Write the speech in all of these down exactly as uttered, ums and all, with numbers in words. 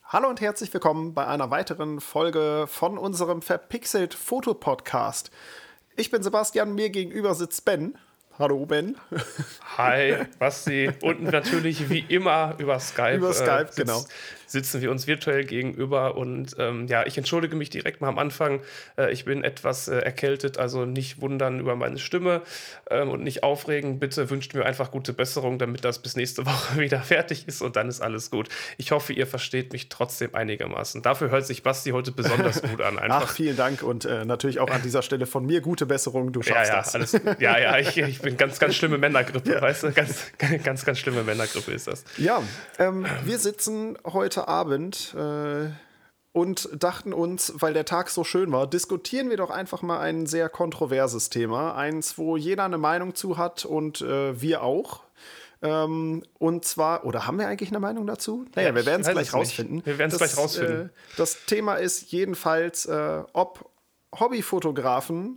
Hallo und herzlich willkommen bei einer weiteren Folge von unserem Verpixelt Foto-Podcast. Ich bin Sebastian, mir gegenüber sitzt Ben. Hallo Ben. Hi, Basti. Und natürlich wie immer über Skype, Über Skype, äh, sitz, genau. sitzen wir uns virtuell gegenüber. Und ähm, ja, ich entschuldige mich direkt mal am Anfang. Äh, ich bin etwas äh, erkältet, also nicht wundern über meine Stimme ähm, und nicht aufregen. Bitte wünscht mir einfach gute Besserung, damit das bis nächste Woche wieder fertig ist und dann ist alles gut. Ich hoffe, ihr versteht mich trotzdem einigermaßen. Dafür hört sich Basti heute besonders gut an. Einfach. Ach, vielen Dank und äh, natürlich auch an dieser Stelle von mir gute Besserung. Du schaffst ja, ja, das. Alles gut. Ja, ja, ich, ich bin ganz, ganz schlimme Männergrippe, ja. Weißt du? Ganz, ganz, ganz schlimme Männergrippe ist das. Ja, ähm, wir sitzen heute Abend äh, und dachten uns, weil der Tag so schön war, diskutieren wir doch einfach mal ein sehr kontroverses Thema. Eins, wo jeder eine Meinung zu hat und äh, wir auch. Ähm, und zwar, oder haben wir eigentlich eine Meinung dazu? Naja, ja, wir werden es gleich nicht. rausfinden. Wir werden es gleich rausfinden. Äh, das Thema ist jedenfalls, äh, ob Hobbyfotografen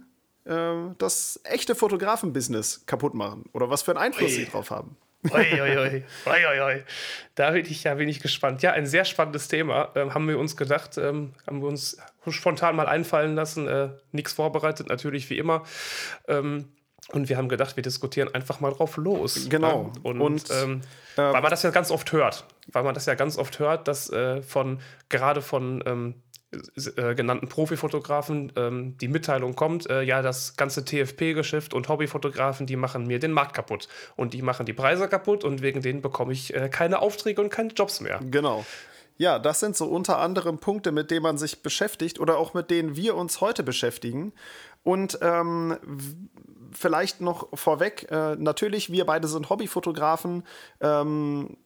das echte Fotografen-Business kaputt machen oder was für einen Einfluss Ui. sie drauf haben. Ui, ui, ui. Ui, ui, ui. Da bin ich ja bin ich gespannt. Ja, ein sehr spannendes Thema. Ähm, haben wir uns gedacht, ähm, haben wir uns spontan mal einfallen lassen. Äh, Nichts vorbereitet, natürlich wie immer. Ähm, und wir haben gedacht, wir diskutieren einfach mal drauf los. Genau. Ja? Und, und ähm, äh, weil man das ja ganz oft hört. Weil man das ja ganz oft hört, dass äh, von gerade von ähm, Äh, genannten Profifotografen ähm, die Mitteilung kommt, äh, ja, das ganze T F P-Geschäft und Hobbyfotografen, die machen mir den Markt kaputt. Und die machen die Preise kaputt und wegen denen bekomme ich äh, keine Aufträge und keine Jobs mehr. Genau. Ja, das sind so unter anderem Punkte, mit denen man sich beschäftigt oder auch mit denen wir uns heute beschäftigen. Und ähm, vielleicht noch vorweg, äh, natürlich, wir beide sind Hobbyfotografen, ähm,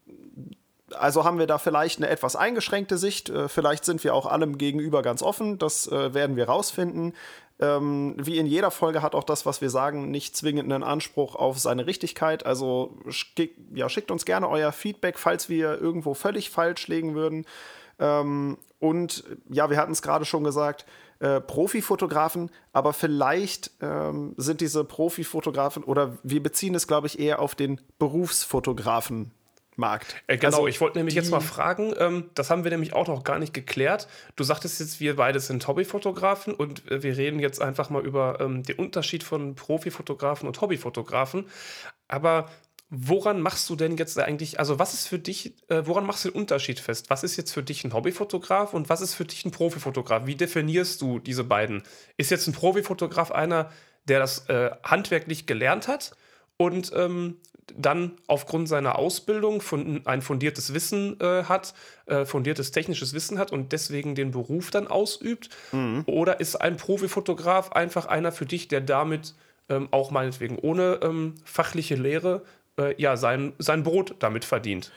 Also haben wir da vielleicht eine etwas eingeschränkte Sicht. Vielleicht sind wir auch allem gegenüber ganz offen. Das äh, werden wir rausfinden. Ähm, wie in jeder Folge hat auch das, was wir sagen, nicht zwingend einen Anspruch auf seine Richtigkeit. Also schick, ja, schickt uns gerne euer Feedback, falls wir irgendwo völlig falsch liegen würden. Ähm, und ja, wir hatten es gerade schon gesagt, äh, Profifotografen, aber vielleicht ähm, sind diese Profifotografen, oder wir beziehen es, glaube ich, eher auf den Berufsfotografen. Markt. Äh, genau, also, ich wollte nämlich jetzt mal fragen, ähm, das haben wir nämlich auch noch gar nicht geklärt. Du sagtest jetzt, wir beide sind Hobbyfotografen und äh, wir reden jetzt einfach mal über ähm, den Unterschied von Profifotografen und Hobbyfotografen. Aber woran machst du denn jetzt eigentlich, also was ist für dich, äh, woran machst du den Unterschied fest? Was ist jetzt für dich ein Hobbyfotograf und was ist für dich ein Profifotograf? Wie definierst du diese beiden? Ist jetzt ein Profifotograf einer, der das äh, handwerklich gelernt hat und ähm, dann aufgrund seiner Ausbildung von, ein fundiertes Wissen äh, hat, äh, fundiertes technisches Wissen hat und deswegen den Beruf dann ausübt? Mhm. Oder ist ein Profifotograf einfach einer für dich, der damit ähm, auch meinetwegen ohne ähm, fachliche Lehre äh, ja, sein, sein Brot damit verdient?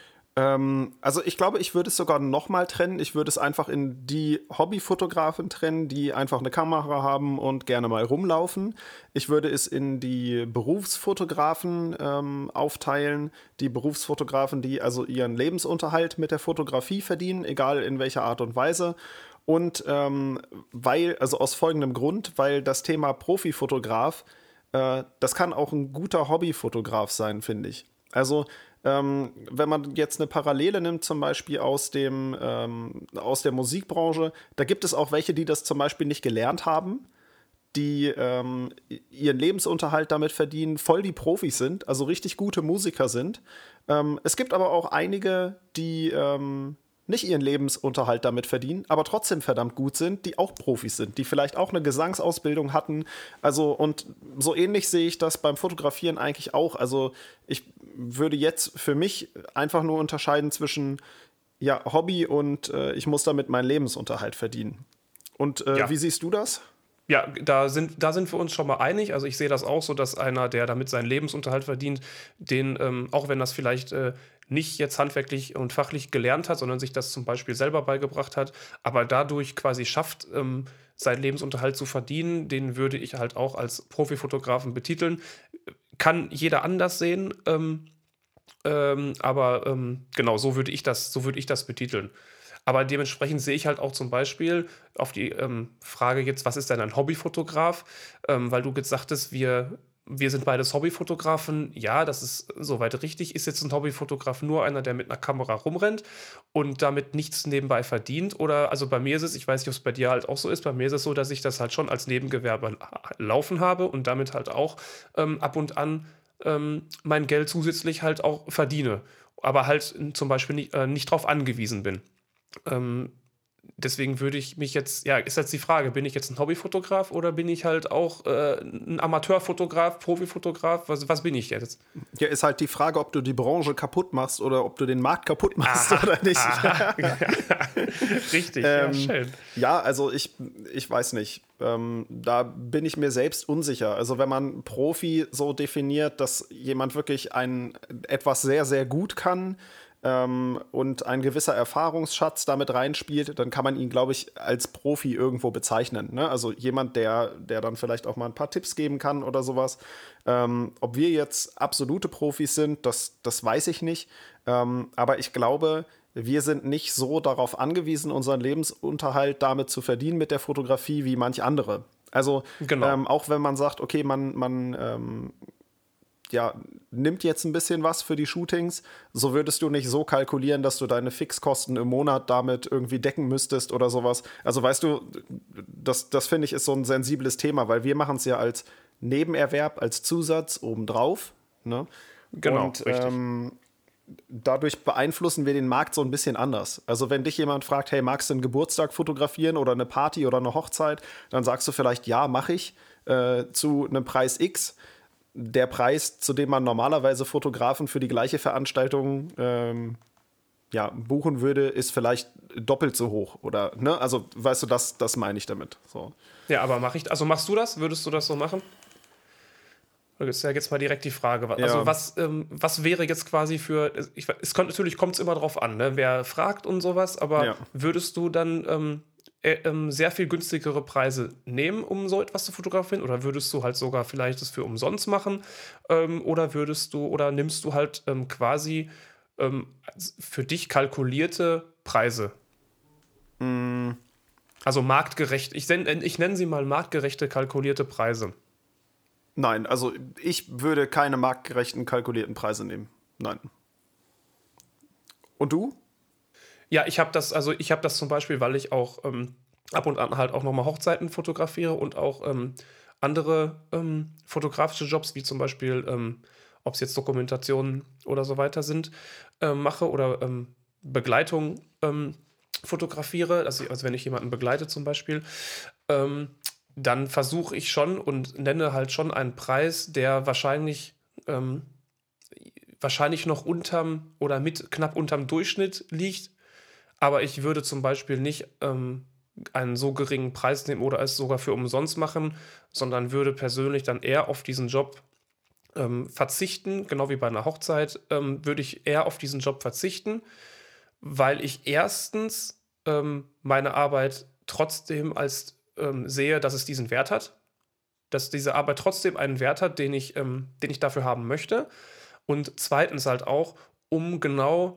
Also ich glaube, ich würde es sogar nochmal trennen. Ich würde es einfach in die Hobbyfotografen trennen, die einfach eine Kamera haben und gerne mal rumlaufen. Ich würde es in die Berufsfotografen ähm, aufteilen. Die Berufsfotografen, die also ihren Lebensunterhalt mit der Fotografie verdienen, egal in welcher Art und Weise. Und ähm, weil, also aus folgendem Grund, weil das Thema Profifotograf, äh, das kann auch ein guter Hobbyfotograf sein, finde ich. Also Ähm, wenn man jetzt eine Parallele nimmt, zum Beispiel aus, dem, ähm, aus der Musikbranche, da gibt es auch welche, die das zum Beispiel nicht gelernt haben, die ähm, ihren Lebensunterhalt damit verdienen, voll die Profis sind, also richtig gute Musiker sind. Ähm, es gibt aber auch einige, die ähm, nicht ihren Lebensunterhalt damit verdienen, aber trotzdem verdammt gut sind, die auch Profis sind, die vielleicht auch eine Gesangsausbildung hatten. Also, und so ähnlich sehe ich das beim Fotografieren eigentlich auch. Also, ich würde jetzt für mich einfach nur unterscheiden zwischen ja, Hobby und äh, ich muss damit meinen Lebensunterhalt verdienen. Und äh, Ja. Wie siehst du das? Ja, da sind, da sind wir uns schon mal einig. Also ich sehe das auch so, dass einer, der damit seinen Lebensunterhalt verdient, den, ähm, auch wenn das vielleicht äh, nicht jetzt handwerklich und fachlich gelernt hat, sondern sich das zum Beispiel selber beigebracht hat, aber dadurch quasi schafft, ähm, seinen Lebensunterhalt zu verdienen, den würde ich halt auch als Profifotografen betiteln. Kann jeder anders sehen, ähm, ähm, aber ähm, genau, so würde ich das, so würde ich das betiteln. Aber dementsprechend sehe ich halt auch zum Beispiel auf die ähm, Frage jetzt, was ist denn ein Hobbyfotograf? Ähm, weil du jetzt sagtest, wir wir sind beides Hobbyfotografen. Ja, das ist soweit richtig. Ist jetzt ein Hobbyfotograf nur einer, der mit einer Kamera rumrennt und damit nichts nebenbei verdient? Oder, also bei mir ist es, ich weiß nicht, ob es bei dir halt auch so ist, bei mir ist es so, dass ich das halt schon als Nebengewerbe laufen habe und damit halt auch ähm, ab und an ähm, mein Geld zusätzlich halt auch verdiene. Aber halt zum Beispiel nicht, äh, nicht drauf angewiesen bin. Ähm, Deswegen würde ich mich jetzt, ja, ist jetzt die Frage, bin ich jetzt ein Hobbyfotograf oder bin ich halt auch äh, ein Amateurfotograf, Profifotograf? Was, was bin ich jetzt? Ja, ist halt die Frage, ob du die Branche kaputt machst oder ob du den Markt kaputt machst Aha, oder nicht. aha. Richtig, ähm, ja, schön. Ja, also ich, ich weiß nicht. Ähm, da bin ich mir selbst unsicher. Also wenn man Profi so definiert, dass jemand wirklich ein etwas sehr, sehr gut kann, ähm, und ein gewisser Erfahrungsschatz damit reinspielt, dann kann man ihn, glaube ich, als Profi irgendwo bezeichnen. Ne? Also jemand, der, der dann vielleicht auch mal ein paar Tipps geben kann oder sowas. Ähm, ob wir jetzt absolute Profis sind, das, das weiß ich nicht. Ähm, aber ich glaube, wir sind nicht so darauf angewiesen, unseren Lebensunterhalt damit zu verdienen mit der Fotografie wie manch andere. Also Genau. ähm, auch wenn man sagt, okay, man, man ähm, ja, nimmt jetzt ein bisschen was für die Shootings, so würdest du nicht so kalkulieren, dass du deine Fixkosten im Monat damit irgendwie decken müsstest oder sowas. Also weißt du, das, das finde ich ist so ein sensibles Thema, weil wir machen es ja als Nebenerwerb, als Zusatz obendrauf. Ne? Genau, Und richtig. ähm, dadurch beeinflussen wir den Markt so ein bisschen anders. Also wenn dich jemand fragt, hey, magst du einen Geburtstag fotografieren oder eine Party oder eine Hochzeit, dann sagst du vielleicht, ja, mache ich, äh, zu einem Preis X. Der Preis, zu dem man normalerweise Fotografen für die gleiche Veranstaltung ähm, ja, buchen würde, ist vielleicht doppelt so hoch. Oder, ne? Also, weißt du, das, das meine ich damit. So. Ja, aber mache ich, also machst du das? Würdest du das so machen? Das ist ja jetzt mal direkt die Frage. Also Ja. was, ähm, was wäre jetzt quasi für, ich, es kommt, natürlich kommt es immer drauf an, ne? Wer fragt und sowas, aber Ja. würdest du dann ähm, äh, ähm, sehr viel günstigere Preise nehmen, um so etwas zu fotografieren? Oder würdest du halt sogar vielleicht das für umsonst machen? Ähm, oder würdest du, oder nimmst du halt ähm, quasi ähm, für dich kalkulierte Preise? Mm, Also marktgerecht, ich, sen- ich nenne sie mal marktgerechte kalkulierte Preise. nein, also ich würde keine marktgerechten kalkulierten Preise nehmen. Nein. Und du? Ja, ich habe das, also ich habe das zum Beispiel, weil ich auch ähm, ab und an halt auch nochmal Hochzeiten fotografiere und auch ähm, andere ähm, fotografische Jobs, wie zum Beispiel, ähm, ob es jetzt Dokumentationen oder so weiter sind, ähm, mache oder ähm, Begleitung ähm, fotografiere, also, also wenn ich jemanden begleite zum Beispiel, ähm, dann versuche ich schon und nenne halt schon einen Preis, der wahrscheinlich, ähm, wahrscheinlich noch unterm oder mit knapp unterm Durchschnitt liegt. Aber ich würde zum Beispiel nicht ähm, einen so geringen Preis nehmen oder es sogar für umsonst machen, sondern würde persönlich dann eher auf diesen Job ähm, verzichten, genau wie bei einer Hochzeit, ähm, würde ich eher auf diesen Job verzichten, weil ich erstens ähm, meine Arbeit trotzdem als ähm, sehe, dass es diesen Wert hat, dass diese Arbeit trotzdem einen Wert hat, den ich, ähm, den ich dafür haben möchte. Und zweitens halt auch, um genau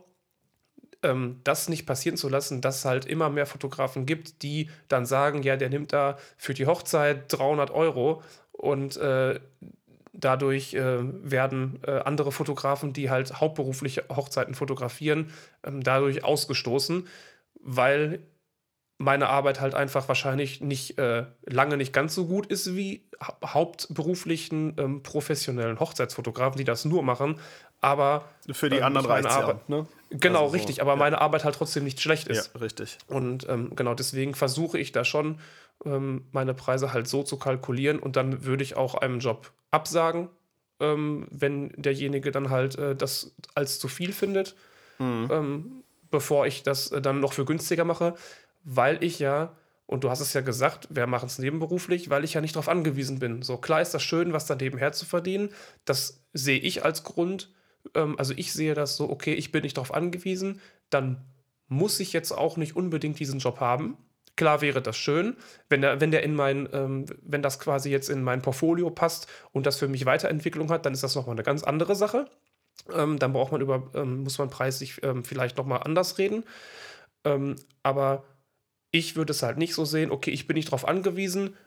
ähm, das nicht passieren zu lassen, dass es halt immer mehr Fotografen gibt, die dann sagen, ja, der nimmt da für die Hochzeit dreihundert Euro und äh, dadurch äh, werden äh, andere Fotografen, die halt hauptberuflich Hochzeiten fotografieren, ähm, dadurch ausgestoßen, weil meine Arbeit halt einfach wahrscheinlich nicht äh, lange nicht ganz so gut ist wie hau- hauptberuflichen ähm, professionellen Hochzeitsfotografen, die das nur machen, aber Für die ähm, anderen ich meine reicht es ja. Arbeit, Ne? genau, Also so, richtig, aber ja. meine Arbeit halt trotzdem nicht schlecht Ja, ist. richtig. Und ähm, genau deswegen versuche ich da schon, ähm, meine Preise halt so zu kalkulieren und dann würde ich auch einem Job absagen, ähm, wenn derjenige dann halt äh, das als zu viel findet, Mhm. ähm, bevor ich das äh, dann noch für günstiger mache, weil ich ja, und du hast es ja gesagt, wir machen es nebenberuflich, weil ich ja nicht darauf angewiesen bin. So klar ist das schön, was da nebenher zu verdienen. Das sehe ich als Grund. Ähm, also ich sehe das so, okay, ich bin nicht darauf angewiesen, dann muss ich jetzt auch nicht unbedingt diesen Job haben. Klar wäre das schön, wenn der, wenn der in mein, ähm, wenn das quasi jetzt in mein Portfolio passt und das für mich Weiterentwicklung hat, dann ist das nochmal eine ganz andere Sache. Ähm, dann braucht man über, ähm, muss man preislich ähm, vielleicht nochmal anders reden. Ähm, aber ich würde es halt nicht so sehen, okay, ich bin nicht darauf angewiesen,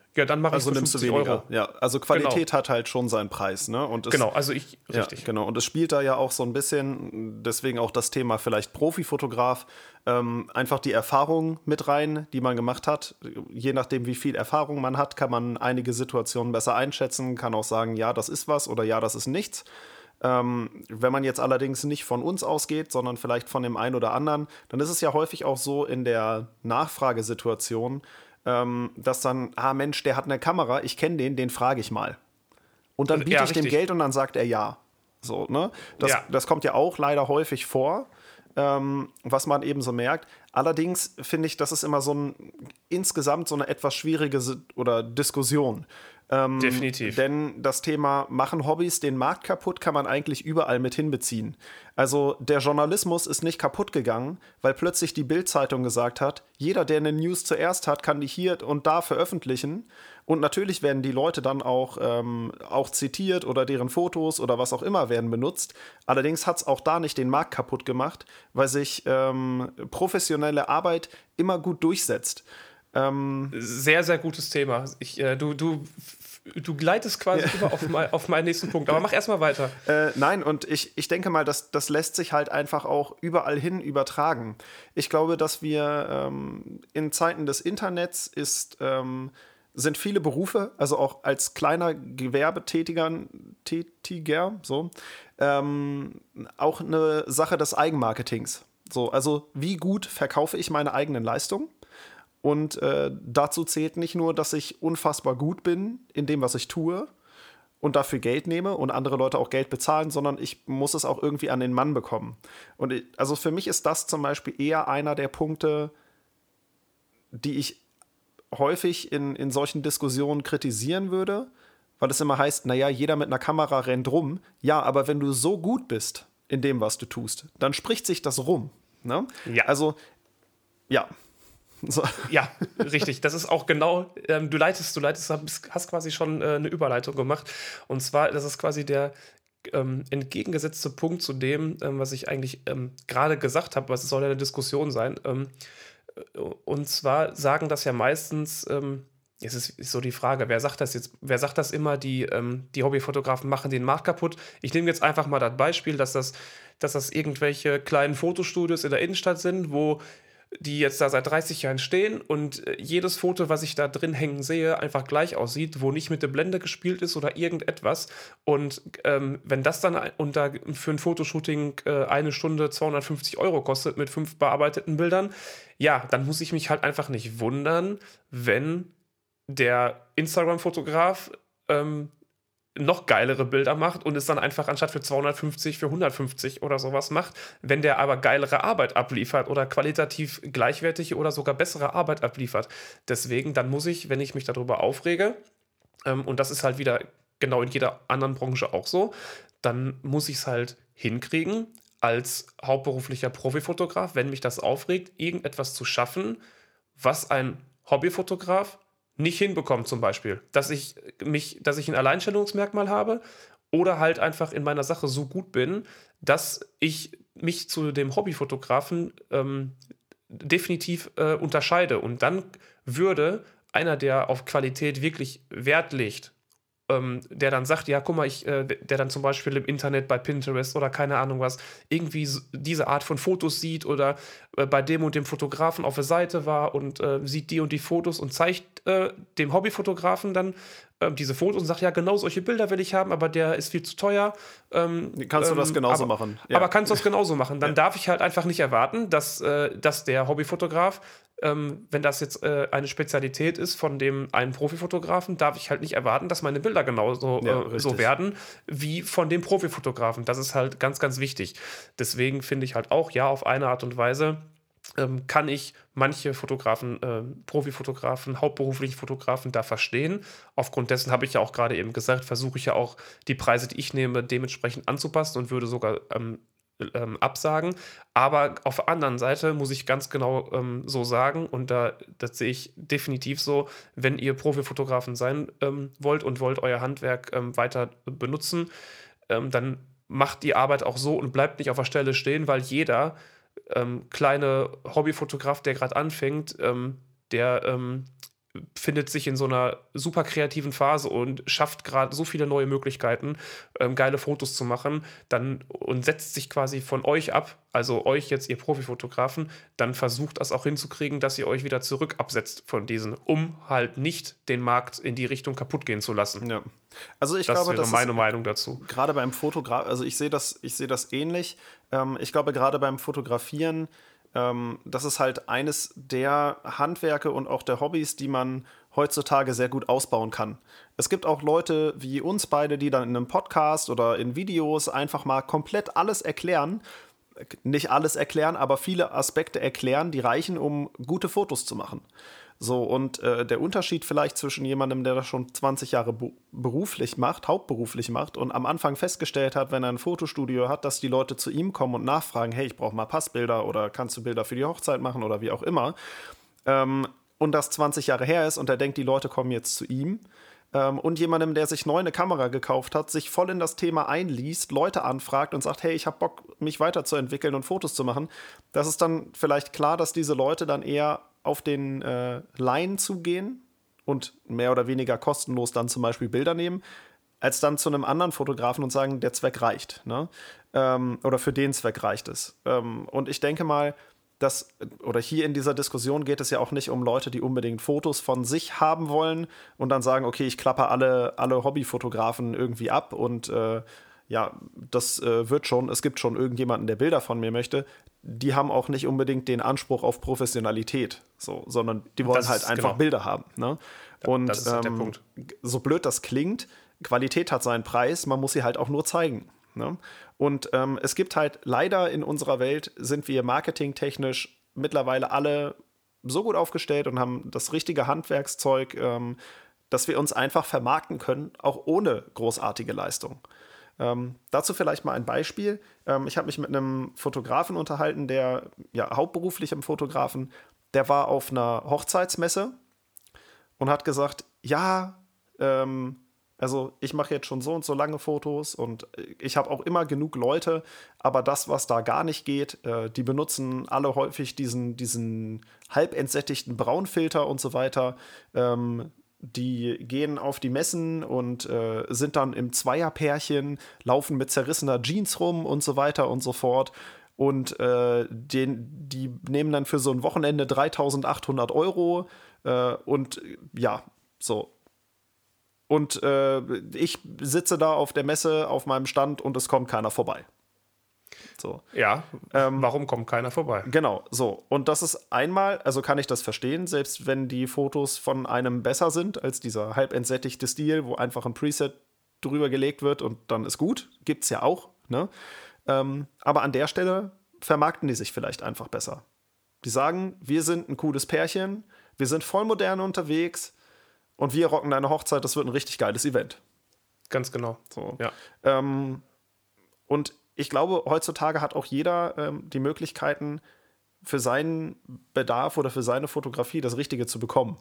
Ja, dann mache ich Also für nimmst du fünfzig weniger. Euro. Ja, also Qualität hat halt schon seinen Preis, ne? Und es, Genau, also ich, ja, richtig. genau. Und es spielt da ja auch so ein bisschen, deswegen auch das Thema vielleicht Profifotograf, ähm, einfach die Erfahrung mit rein, die man gemacht hat. Je nachdem, wie viel Erfahrung man hat, kann man einige Situationen besser einschätzen, kann auch sagen, ja, das ist was oder ja, das ist nichts. Ähm, wenn man jetzt allerdings nicht von uns ausgeht, sondern vielleicht von dem einen oder anderen, dann ist es ja häufig auch so in der Nachfragesituation, ähm, dass dann, ah Mensch, der hat eine Kamera, ich kenne den, den frage ich mal. Und dann biete Ja, ich dem richtig. Geld und dann sagt er ja. So, ne? Das, Ja. das kommt ja auch leider häufig vor, ähm, was man eben so merkt. Allerdings finde ich, das ist immer so ein insgesamt so eine etwas schwierige Si- oder Diskussion. Ähm, Definitiv. Denn das Thema machen Hobbys den Markt kaputt, kann man eigentlich überall mit hinbeziehen. Also der Journalismus ist nicht kaputt gegangen, weil plötzlich die Bild-Zeitung gesagt hat, jeder, der eine News zuerst hat, kann die hier und da veröffentlichen. Und natürlich werden die Leute dann auch, ähm, auch zitiert oder deren Fotos oder was auch immer werden benutzt. Allerdings hat es auch da nicht den Markt kaputt gemacht, weil sich ähm, professionelle Arbeit immer gut durchsetzt. Ähm, Sehr, sehr gutes Thema. Ich, äh, du, du, du gleitest quasi über auf, mein, auf meinen nächsten Punkt. Aber mach erstmal weiter. Äh, nein, und ich, ich denke mal, das, das lässt sich halt einfach auch überall hin übertragen. Ich glaube, dass wir ähm, in Zeiten des Internets ist, ähm, sind viele Berufe, also auch als kleiner Gewerbetätiger, Tätiger, so, ähm, auch eine Sache des Eigenmarketings. So, also wie gut verkaufe ich meine eigenen Leistungen? Und äh, dazu zählt nicht nur, dass ich unfassbar gut bin in dem, was ich tue und dafür Geld nehme und andere Leute auch Geld bezahlen, sondern ich muss es auch irgendwie an den Mann bekommen. Und ich, also für mich ist das zum Beispiel eher einer der Punkte, die ich häufig in, in solchen Diskussionen kritisieren würde, weil es immer heißt, naja, jeder mit einer Kamera rennt rum. Ja, aber wenn du so gut bist in dem, was du tust, dann spricht sich das rum. Ne? Ja. Also, ja. So. Ja, richtig. Das ist auch genau, ähm, du leitest, du leitest, hast quasi schon äh, eine Überleitung gemacht. Und zwar, das ist quasi der ähm, entgegengesetzte Punkt zu dem, ähm, was ich eigentlich ähm, gerade gesagt habe, was soll ja eine Diskussion sein. Ähm, und zwar sagen das ja meistens, ähm, es ist, ist so die Frage, wer sagt das jetzt, wer sagt das immer, die, ähm, die Hobbyfotografen machen den Markt kaputt. Ich nehme jetzt einfach mal das Beispiel, dass das, dass das irgendwelche kleinen Fotostudios in der Innenstadt sind, wo die jetzt da seit dreißig Jahren stehen und äh, jedes Foto, was ich da drin hängen sehe, einfach gleich aussieht, wo nicht mit der Blende gespielt ist oder irgendetwas. Und ähm, wenn das dann ein- unter, für ein Fotoshooting äh, eine Stunde zweihundertfünfzig Euro kostet mit fünf bearbeiteten Bildern, ja, dann muss ich mich halt einfach nicht wundern, wenn der Instagram-Fotograf ähm, noch geilere Bilder macht und es dann einfach anstatt für zweihundertfünfzig für hundertfünfzig oder sowas macht. Wenn der aber geilere Arbeit abliefert oder qualitativ gleichwertige oder sogar bessere Arbeit abliefert. Deswegen, dann muss ich, wenn ich mich darüber aufrege, ähm, und das ist halt wieder genau in jeder anderen Branche auch so, dann muss ich es halt hinkriegen, als hauptberuflicher Profifotograf, wenn mich das aufregt, irgendetwas zu schaffen, was ein Hobbyfotograf nicht hinbekommt, zum Beispiel. Dass ich mich, dass ich ein Alleinstellungsmerkmal habe oder halt einfach in meiner Sache so gut bin, dass ich mich zu dem Hobbyfotografen ähm, definitiv äh, unterscheide. Und dann würde einer, der auf Qualität wirklich Wert legt, ähm, der dann sagt, ja, guck mal, ich, äh, der dann zum Beispiel im Internet bei Pinterest oder keine Ahnung was, irgendwie s- diese Art von Fotos sieht oder äh, bei dem und dem Fotografen auf der Seite war und äh, sieht die und die Fotos und zeigt äh, dem Hobbyfotografen dann äh, diese Fotos und sagt, ja, genau solche Bilder will ich haben, aber der ist viel zu teuer. Ähm, Kannst du das ähm, genauso aber, machen? Ja. Aber kannst du das genauso machen? Dann Ja. darf ich halt einfach nicht erwarten, dass, äh, dass der Hobbyfotograf, ähm, wenn das jetzt äh, eine Spezialität ist von dem einen Profifotografen, darf ich halt nicht erwarten, dass meine Bilder genauso Ja, äh, so richtig. werden wie von dem Profifotografen. Das ist halt ganz, ganz wichtig. Deswegen finde ich halt auch, ja, auf eine Art und Weise ähm, kann ich manche Fotografen, äh, Profifotografen, hauptberuflichen Fotografen da verstehen. Aufgrund dessen habe ich ja auch gerade eben gesagt, versuche ich ja auch die Preise, die ich nehme, dementsprechend anzupassen und würde sogar ähm, ähm, absagen. Aber auf der anderen Seite muss ich ganz genau ähm, so sagen, und da, das sehe ich definitiv so, wenn ihr Profifotografen sein ähm, wollt und wollt euer Handwerk ähm, weiter benutzen, ähm, dann macht die Arbeit auch so und bleibt nicht auf der Stelle stehen, weil jeder ähm, kleine Hobbyfotograf, der gerade anfängt, ähm, der ähm, findet sich in so einer super kreativen Phase und schafft gerade so viele neue Möglichkeiten, ähm, geile Fotos zu machen, dann und setzt sich quasi von euch ab, also euch jetzt, ihr Profifotografen, dann versucht das auch hinzukriegen, dass ihr euch wieder zurück absetzt von diesen, um halt nicht den Markt in die Richtung kaputt gehen zu lassen. Ja. Also ich das glaube, wäre das meine ist Meinung dazu. gerade beim Fotograf, also ich sehe das, ich sehe das ähnlich. Ähm, ich glaube, gerade beim Fotografieren, ähm, das ist halt eines der Handwerke und auch der Hobbys, die man heutzutage sehr gut ausbauen kann. Es gibt auch Leute wie uns beide, die dann in einem Podcast oder in Videos einfach mal komplett alles erklären. Nicht alles erklären, aber viele Aspekte erklären, die reichen, um gute Fotos zu machen. So, und äh, der Unterschied vielleicht zwischen jemandem, der das schon zwanzig Jahre bu- beruflich macht, hauptberuflich macht und am Anfang festgestellt hat, wenn er ein Fotostudio hat, dass die Leute zu ihm kommen und nachfragen, hey, ich brauche mal Passbilder oder kannst du Bilder für die Hochzeit machen oder wie auch immer. Ähm, und das zwanzig Jahre her ist und er denkt, die Leute kommen jetzt zu ihm. Ähm, und jemandem, der sich neu eine Kamera gekauft hat, sich voll in das Thema einliest, Leute anfragt und sagt, hey, ich habe Bock, mich weiterzuentwickeln und Fotos zu machen. Das ist dann vielleicht klar, dass diese Leute dann eher auf den äh, Laien zugehen und mehr oder weniger kostenlos dann zum Beispiel Bilder nehmen, als dann zu einem anderen Fotografen und sagen, der Zweck reicht. Ne? Ähm, oder für den Zweck reicht es. Ähm, und ich denke mal, dass, oder hier in dieser Diskussion geht es ja auch nicht um Leute, die unbedingt Fotos von sich haben wollen und dann sagen, okay, ich klappe alle, alle Hobbyfotografen irgendwie ab und äh, ja, das äh, wird schon, es gibt schon irgendjemanden, der Bilder von mir möchte. Die haben auch nicht unbedingt den Anspruch auf Professionalität, so, sondern die wollen Das halt ist- einfach genau. Bilder haben. Ne? Und das ist halt der ähm, Punkt. so blöd das klingt, Qualität hat seinen Preis, man muss sie halt auch nur zeigen. Ne? Und ähm, es gibt halt leider in unserer Welt, sind wir marketingtechnisch mittlerweile alle so gut aufgestellt und haben das richtige Handwerkszeug, ähm, dass wir uns einfach vermarkten können, auch ohne großartige Leistung. Ähm, dazu vielleicht mal ein Beispiel. Ähm, ich habe mich mit einem Fotografen unterhalten, der ja hauptberuflich im Fotografen, der war auf einer Hochzeitsmesse und hat gesagt, ja, ähm, also ich mache jetzt schon so und so lange Fotos und ich habe auch immer genug Leute, aber das, was da gar nicht geht, äh, die benutzen alle häufig diesen, diesen halb entsättigten Braunfilter und so weiter. Ähm, die gehen auf die Messen und äh, sind dann im Zweierpärchen, laufen mit zerrissener Jeans rum und so weiter und so fort. Und äh, den, die nehmen dann für so ein Wochenende dreitausendachthundert Euro äh, und äh, ja, so. Und äh, ich sitze da auf der Messe auf meinem Stand und es kommt keiner vorbei. So. Ja, Ähm, warum kommt keiner vorbei? Genau, so. Und das ist einmal, also kann ich das verstehen, selbst wenn die Fotos von einem besser sind als dieser halb entsättigte Stil, wo einfach ein Preset drüber gelegt wird und dann ist gut. Gibt's ja auch, ne? Ähm, aber an der Stelle vermarkten die sich vielleicht einfach besser. Die sagen, wir sind ein cooles Pärchen, wir sind voll modern unterwegs und wir rocken deine Hochzeit, das wird ein richtig geiles Event. Ganz genau. So. Ja. Ähm, und ich glaube, heutzutage hat auch jeder ähm, die Möglichkeiten, für seinen Bedarf oder für seine Fotografie das Richtige zu bekommen.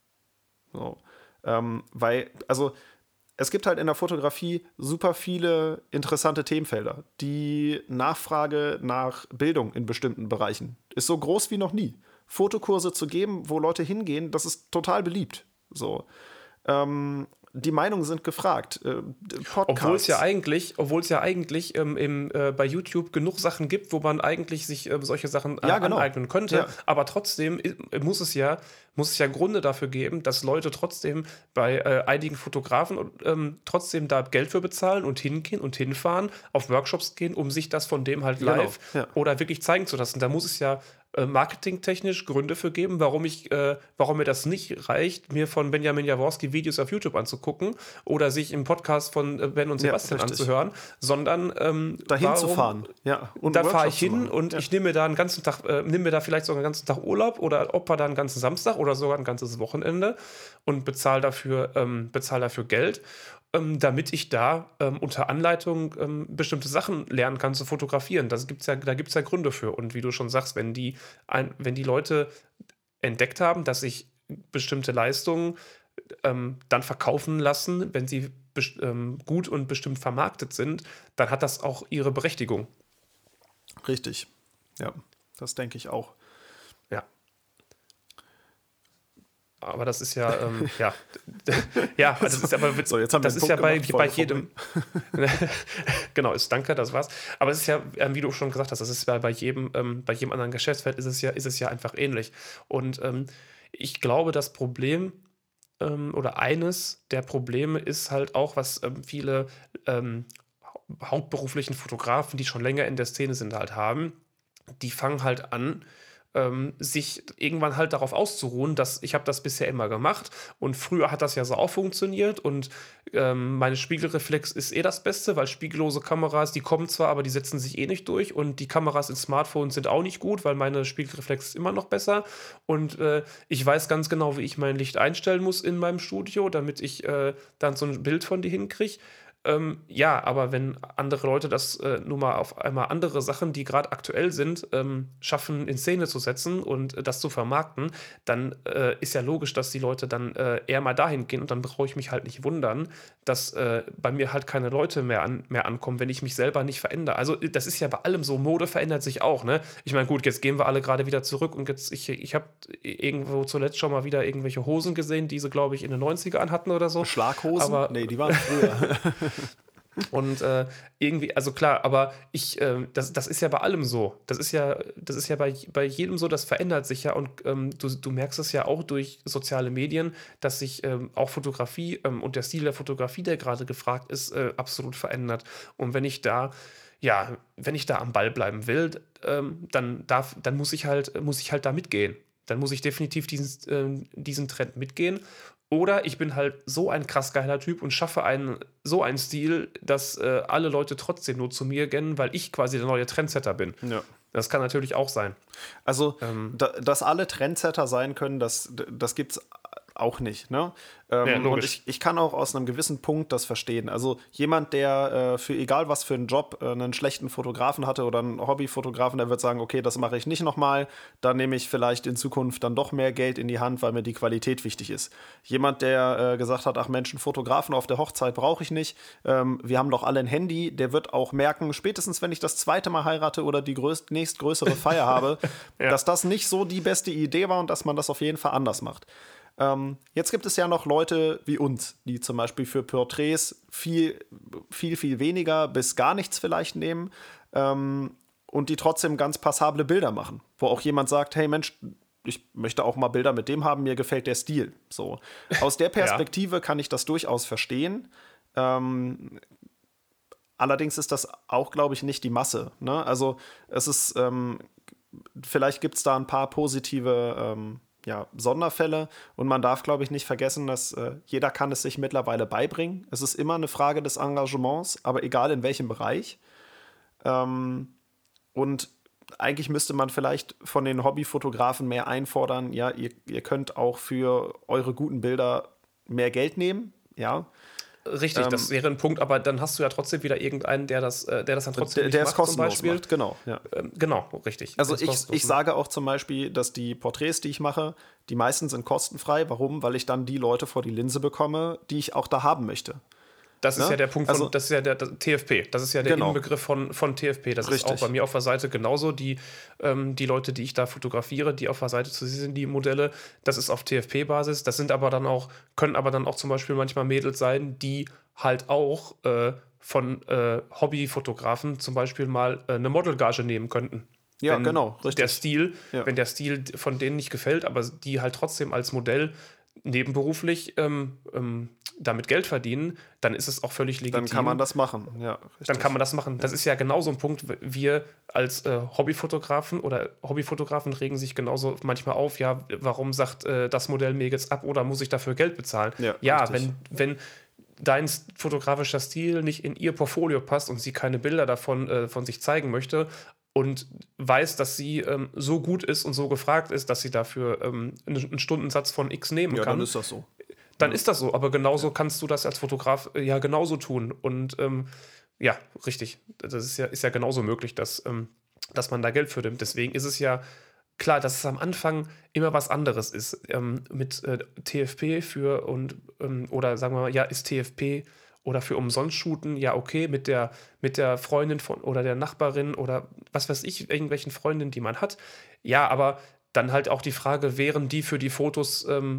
So. Ähm, weil, also, es gibt halt in der Fotografie super viele interessante Themenfelder. Die Nachfrage nach Bildung in bestimmten Bereichen ist so groß wie noch nie. Fotokurse zu geben, wo Leute hingehen, das ist total beliebt. So. Ähm, die Meinungen sind gefragt. Äh, Podcasts. Obwohl es ja eigentlich, obwohl es ja eigentlich ähm, im, äh, bei YouTube genug Sachen gibt, wo man eigentlich sich äh, solche Sachen äh, Ja, genau. aneignen könnte. Ja. Aber trotzdem i- muss es ja, muss es ja Gründe dafür geben, dass Leute trotzdem bei äh, einigen Fotografen ähm, trotzdem da Geld für bezahlen und hingehen und hinfahren, auf Workshops gehen, um sich das von dem halt Genau, live ja. oder wirklich zeigen zu lassen. Da muss es ja äh, marketingtechnisch Gründe für geben, warum ich, äh, warum mir das nicht reicht, mir von Benjamin Jaworski Videos auf YouTube anzugucken oder sich im Podcast von äh, Ben und Ja, Sebastian richtig. anzuhören, sondern ähm, Dahin warum, zu fahren. Ja. Und da einen fahre Workshop ich zu hin machen. und Ja. ich nehme mir da einen ganzen Tag, äh, nehme mir da vielleicht sogar einen ganzen Tag Urlaub oder opfer da einen ganzen Samstag oder sogar ein ganzes Wochenende und bezahle dafür, ähm, bezahle dafür Geld, ähm, damit ich da ähm, unter Anleitung ähm, bestimmte Sachen lernen kann zu fotografieren. Das gibt's ja, da gibt es ja Gründe für. Und wie du schon sagst, wenn die, ein, wenn die Leute entdeckt haben, dass sich bestimmte Leistungen ähm, dann verkaufen lassen, wenn sie best- ähm, gut und bestimmt vermarktet sind, dann hat das auch ihre Berechtigung. Richtig. Ja, das denke ich auch. Ja. aber das ist ja, ähm, ja, ja, das ist aber so, jetzt haben wir das ist ja bei, gemacht, bei jedem, genau, ist danke, das war's. Aber es ist ja, ähm, wie du schon gesagt hast, das ist ja bei jedem, ähm, bei jedem anderen Geschäftsfeld ist es ja, ist es ja einfach ähnlich. Und ähm, ich glaube, das Problem ähm, oder eines der Probleme ist halt auch, was ähm, viele ähm, hau- hauptberuflichen Fotografen, die schon länger in der Szene sind, halt haben. Die fangen halt an, ähm, sich irgendwann halt darauf auszuruhen, dass ich habe das bisher immer gemacht und früher hat das ja so auch funktioniert und ähm, meine Spiegelreflex ist eh das Beste, weil spiegellose Kameras, die kommen zwar, aber die setzen sich eh nicht durch und die Kameras in Smartphones sind auch nicht gut, weil meine Spiegelreflex ist immer noch besser und äh, ich weiß ganz genau, wie ich mein Licht einstellen muss in meinem Studio, damit ich äh, dann so ein Bild von dir hinkriege. Ähm, ja, aber wenn andere Leute das äh, nun mal auf einmal andere Sachen, die gerade aktuell sind, ähm, schaffen, in Szene zu setzen und äh, das zu vermarkten, dann äh, ist ja logisch, dass die Leute dann äh, eher mal dahin gehen und dann brauche ich mich halt nicht wundern, dass äh, bei mir halt keine Leute mehr, an, mehr ankommen, wenn ich mich selber nicht verändere. Also äh, das ist ja bei allem so, Mode verändert sich auch, ne? Ich meine, gut, jetzt gehen wir alle gerade wieder zurück und jetzt, ich, ich habe irgendwo zuletzt schon mal wieder irgendwelche Hosen gesehen, die sie, glaube ich, in den neunziger anhatten oder so. Schlaghosen? Aber Nee, die waren früher. und äh, irgendwie, also klar, aber ich, ähm, das, das ist ja bei allem so. Das ist ja, das ist ja bei, bei jedem so, das verändert sich ja und ähm, du, du merkst es ja auch durch soziale Medien, dass sich ähm, auch Fotografie ähm, und der Stil der Fotografie, der gerade gefragt ist, äh, absolut verändert. Und wenn ich da, ja, wenn ich da am Ball bleiben will, ähm, dann darf, dann muss ich halt, muss ich halt da mitgehen. Dann muss ich definitiv diesen, ähm, diesen Trend mitgehen. Oder ich bin halt so ein krass geiler Typ und schaffe einen, so einen Stil, dass äh, alle Leute trotzdem nur zu mir gehen, weil ich quasi der neue Trendsetter bin. Ja. Das kann natürlich auch sein. Also, Ähm, da, dass alle Trendsetter sein können, das, das gibt es auch nicht. Ne? Ähm, Ja, und logisch. ich, ich kann auch aus einem gewissen Punkt das verstehen. Also jemand, der äh, für egal was für einen Job äh, einen schlechten Fotografen hatte oder einen Hobbyfotografen, der wird sagen, okay, das mache ich nicht nochmal, dann nehme ich vielleicht in Zukunft dann doch mehr Geld in die Hand, weil mir die Qualität wichtig ist. Jemand, der äh, gesagt hat, ach Mensch, einen Fotografen auf der Hochzeit brauche ich nicht, ähm, wir haben doch alle ein Handy, der wird auch merken, spätestens wenn ich das zweite Mal heirate oder die größt, nächstgrößere Feier habe, Ja. dass das nicht so die beste Idee war und dass man das auf jeden Fall anders macht. Ähm, jetzt gibt es ja noch Leute wie uns, die zum Beispiel für Porträts viel, viel, viel weniger bis gar nichts vielleicht nehmen ähm, und die trotzdem ganz passable Bilder machen, wo auch jemand sagt, hey Mensch, ich möchte auch mal Bilder mit dem haben, mir gefällt der Stil. So. Aus der Perspektive ja. kann ich das durchaus verstehen. Ähm, allerdings ist das auch, glaube ich, nicht die Masse. Ne? Also es ist, ähm, vielleicht gibt es da ein paar positive ähm, ja, Sonderfälle und man darf, glaube ich, nicht vergessen, dass äh, jeder kann es sich mittlerweile beibringen. Es ist immer eine Frage des Engagements, aber egal in welchem Bereich. Ähm, und eigentlich müsste man vielleicht von den Hobbyfotografen mehr einfordern, ja, ihr, ihr könnt auch für eure guten Bilder mehr Geld nehmen, ja. Richtig, Ähm, das wäre ein Punkt, aber dann hast du ja trotzdem wieder irgendeinen, der das, äh, der das dann trotzdem der, nicht der macht, es kostenlos zum Beispiel. macht, genau, ja. Ähm, genau, richtig. Also Der es ich, kostenlos ich macht. sage auch zum Beispiel, dass die Porträts, die ich mache, die meisten sind kostenfrei. Warum? Weil ich dann die Leute vor die Linse bekomme, die ich auch da haben möchte. Das ist Ne? ja der Punkt von, Also- das ist ja der, der T F P. Das ist ja der Genau. Inbegriff von, von T F P. Das Richtig. ist auch bei mir auf der Seite genauso. Die, ähm, die Leute, die ich da fotografiere, die auf der Seite zu sehen sind, die Modelle, das ist auf T F P-Basis. Das sind aber dann auch, können aber dann auch zum Beispiel manchmal Mädels sein, die halt auch äh, von äh, Hobbyfotografen zum Beispiel mal äh, eine Modelgage nehmen könnten. Ja, Wenn genau, richtig. Der Stil, Ja. wenn der Stil von denen nicht gefällt, aber die halt trotzdem als Modell nebenberuflich ähm, ähm, damit Geld verdienen, dann ist es auch völlig legitim. Dann kann man das machen, ja. Richtig. Dann kann man das machen. Das ist ja genauso ein Punkt. Wir als äh, Hobbyfotografen oder Hobbyfotografen regen sich genauso manchmal auf, ja, warum sagt äh, das Modell mir jetzt ab oder muss ich dafür Geld bezahlen? Ja, ja richtig. wenn, wenn dein fotografischer Stil nicht in ihr Portfolio passt und sie keine Bilder davon äh, von sich zeigen möchte und weiß, dass sie ähm, so gut ist und so gefragt ist, dass sie dafür ähm, einen, einen Stundensatz von X nehmen Ja, kann, dann ist das so. dann ist das so. Aber genauso kannst du das als Fotograf äh, ja genauso tun. Und ähm, ja, richtig. Das ist ja, ist ja genauso möglich, dass, ähm, dass man da Geld für nimmt. Deswegen ist es ja klar, dass es am Anfang immer was anderes ist. Ähm, mit äh, T F P für und ähm, oder sagen wir mal, ja, ist T F P oder für umsonst shooten, ja, okay, mit der, mit der Freundin von oder der Nachbarin oder was weiß ich, irgendwelchen Freundinnen, die man hat. Ja, aber dann halt auch die Frage, wären die für die Fotos ähm,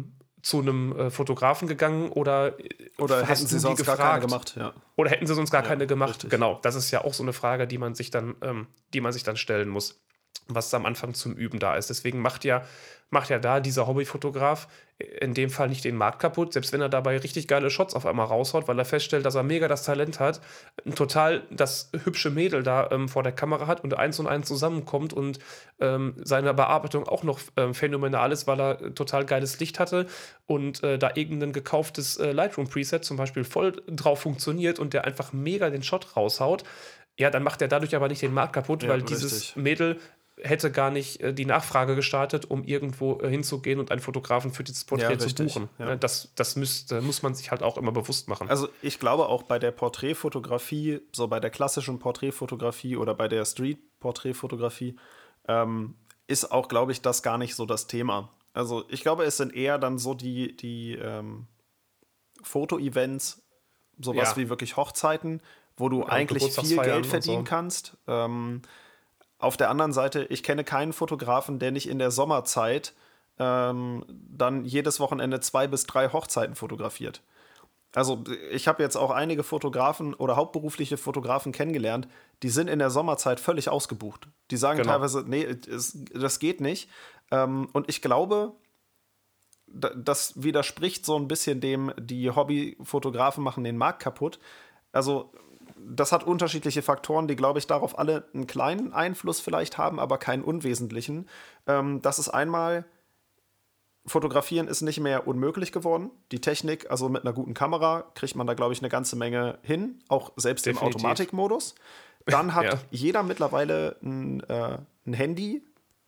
zu einem äh, Fotografen gegangen oder, oder hast hätten du sie die sonst gefragt? gar keine gemacht? Ja. Oder hätten sie sonst gar Ja, keine gemacht? richtig. Genau, das ist ja auch so eine Frage, die man sich dann, ähm, die man sich dann stellen muss, was am Anfang zum Üben da ist. Deswegen macht ja, macht ja da dieser Hobbyfotograf in dem Fall nicht den Markt kaputt, selbst wenn er dabei richtig geile Shots auf einmal raushaut, weil er feststellt, dass er mega das Talent hat, ein total das hübsche Mädel da ähm, vor der Kamera hat und eins und eins zusammenkommt und ähm, seine Bearbeitung auch noch ähm, phänomenal ist, weil er total geiles Licht hatte und äh, da irgendein gekauftes äh, Lightroom-Preset zum Beispiel voll drauf funktioniert und der einfach mega den Shot raushaut. Ja, dann macht er dadurch aber nicht den Markt kaputt, Ja, weil richtig. dieses Mädel hätte gar nicht äh, die Nachfrage gestartet, um irgendwo äh, hinzugehen und einen Fotografen für dieses Porträt Ja, zu richtig, buchen. ja. Ne, Das, das müsste, muss man sich halt auch immer bewusst machen. Also ich glaube auch bei der Porträtfotografie, so bei der klassischen Porträtfotografie oder bei der Street-Porträtfotografie, ähm, ist auch, glaube ich, das gar nicht so das Thema. Also ich glaube, es sind eher dann so die, die ähm, Foto-Events, sowas Ja. wie wirklich Hochzeiten, wo du Ja, eigentlich viel Geburtstagsfeiern Geld und verdienen so. kannst. Ähm, auf der anderen Seite, ich kenne keinen Fotografen, der nicht in der Sommerzeit ähm, dann jedes Wochenende zwei bis drei Hochzeiten fotografiert. Also ich habe jetzt auch einige Fotografen oder hauptberufliche Fotografen kennengelernt, die sind in der Sommerzeit völlig ausgebucht. Die sagen Genau. teilweise, nee, es, das geht nicht. Ähm, und ich glaube, da- das widerspricht so ein bisschen dem, die Hobbyfotografen machen den Markt kaputt. Also das hat unterschiedliche Faktoren, die, glaube ich, darauf alle einen kleinen Einfluss vielleicht haben, aber keinen unwesentlichen. Ähm, das ist einmal, Fotografieren ist nicht mehr unmöglich geworden. Die Technik, also mit einer guten Kamera, kriegt man da, glaube ich, eine ganze Menge hin, auch selbst Definitiv. im Automatikmodus. Dann hat Ja. jeder mittlerweile ein, äh, ein Handy,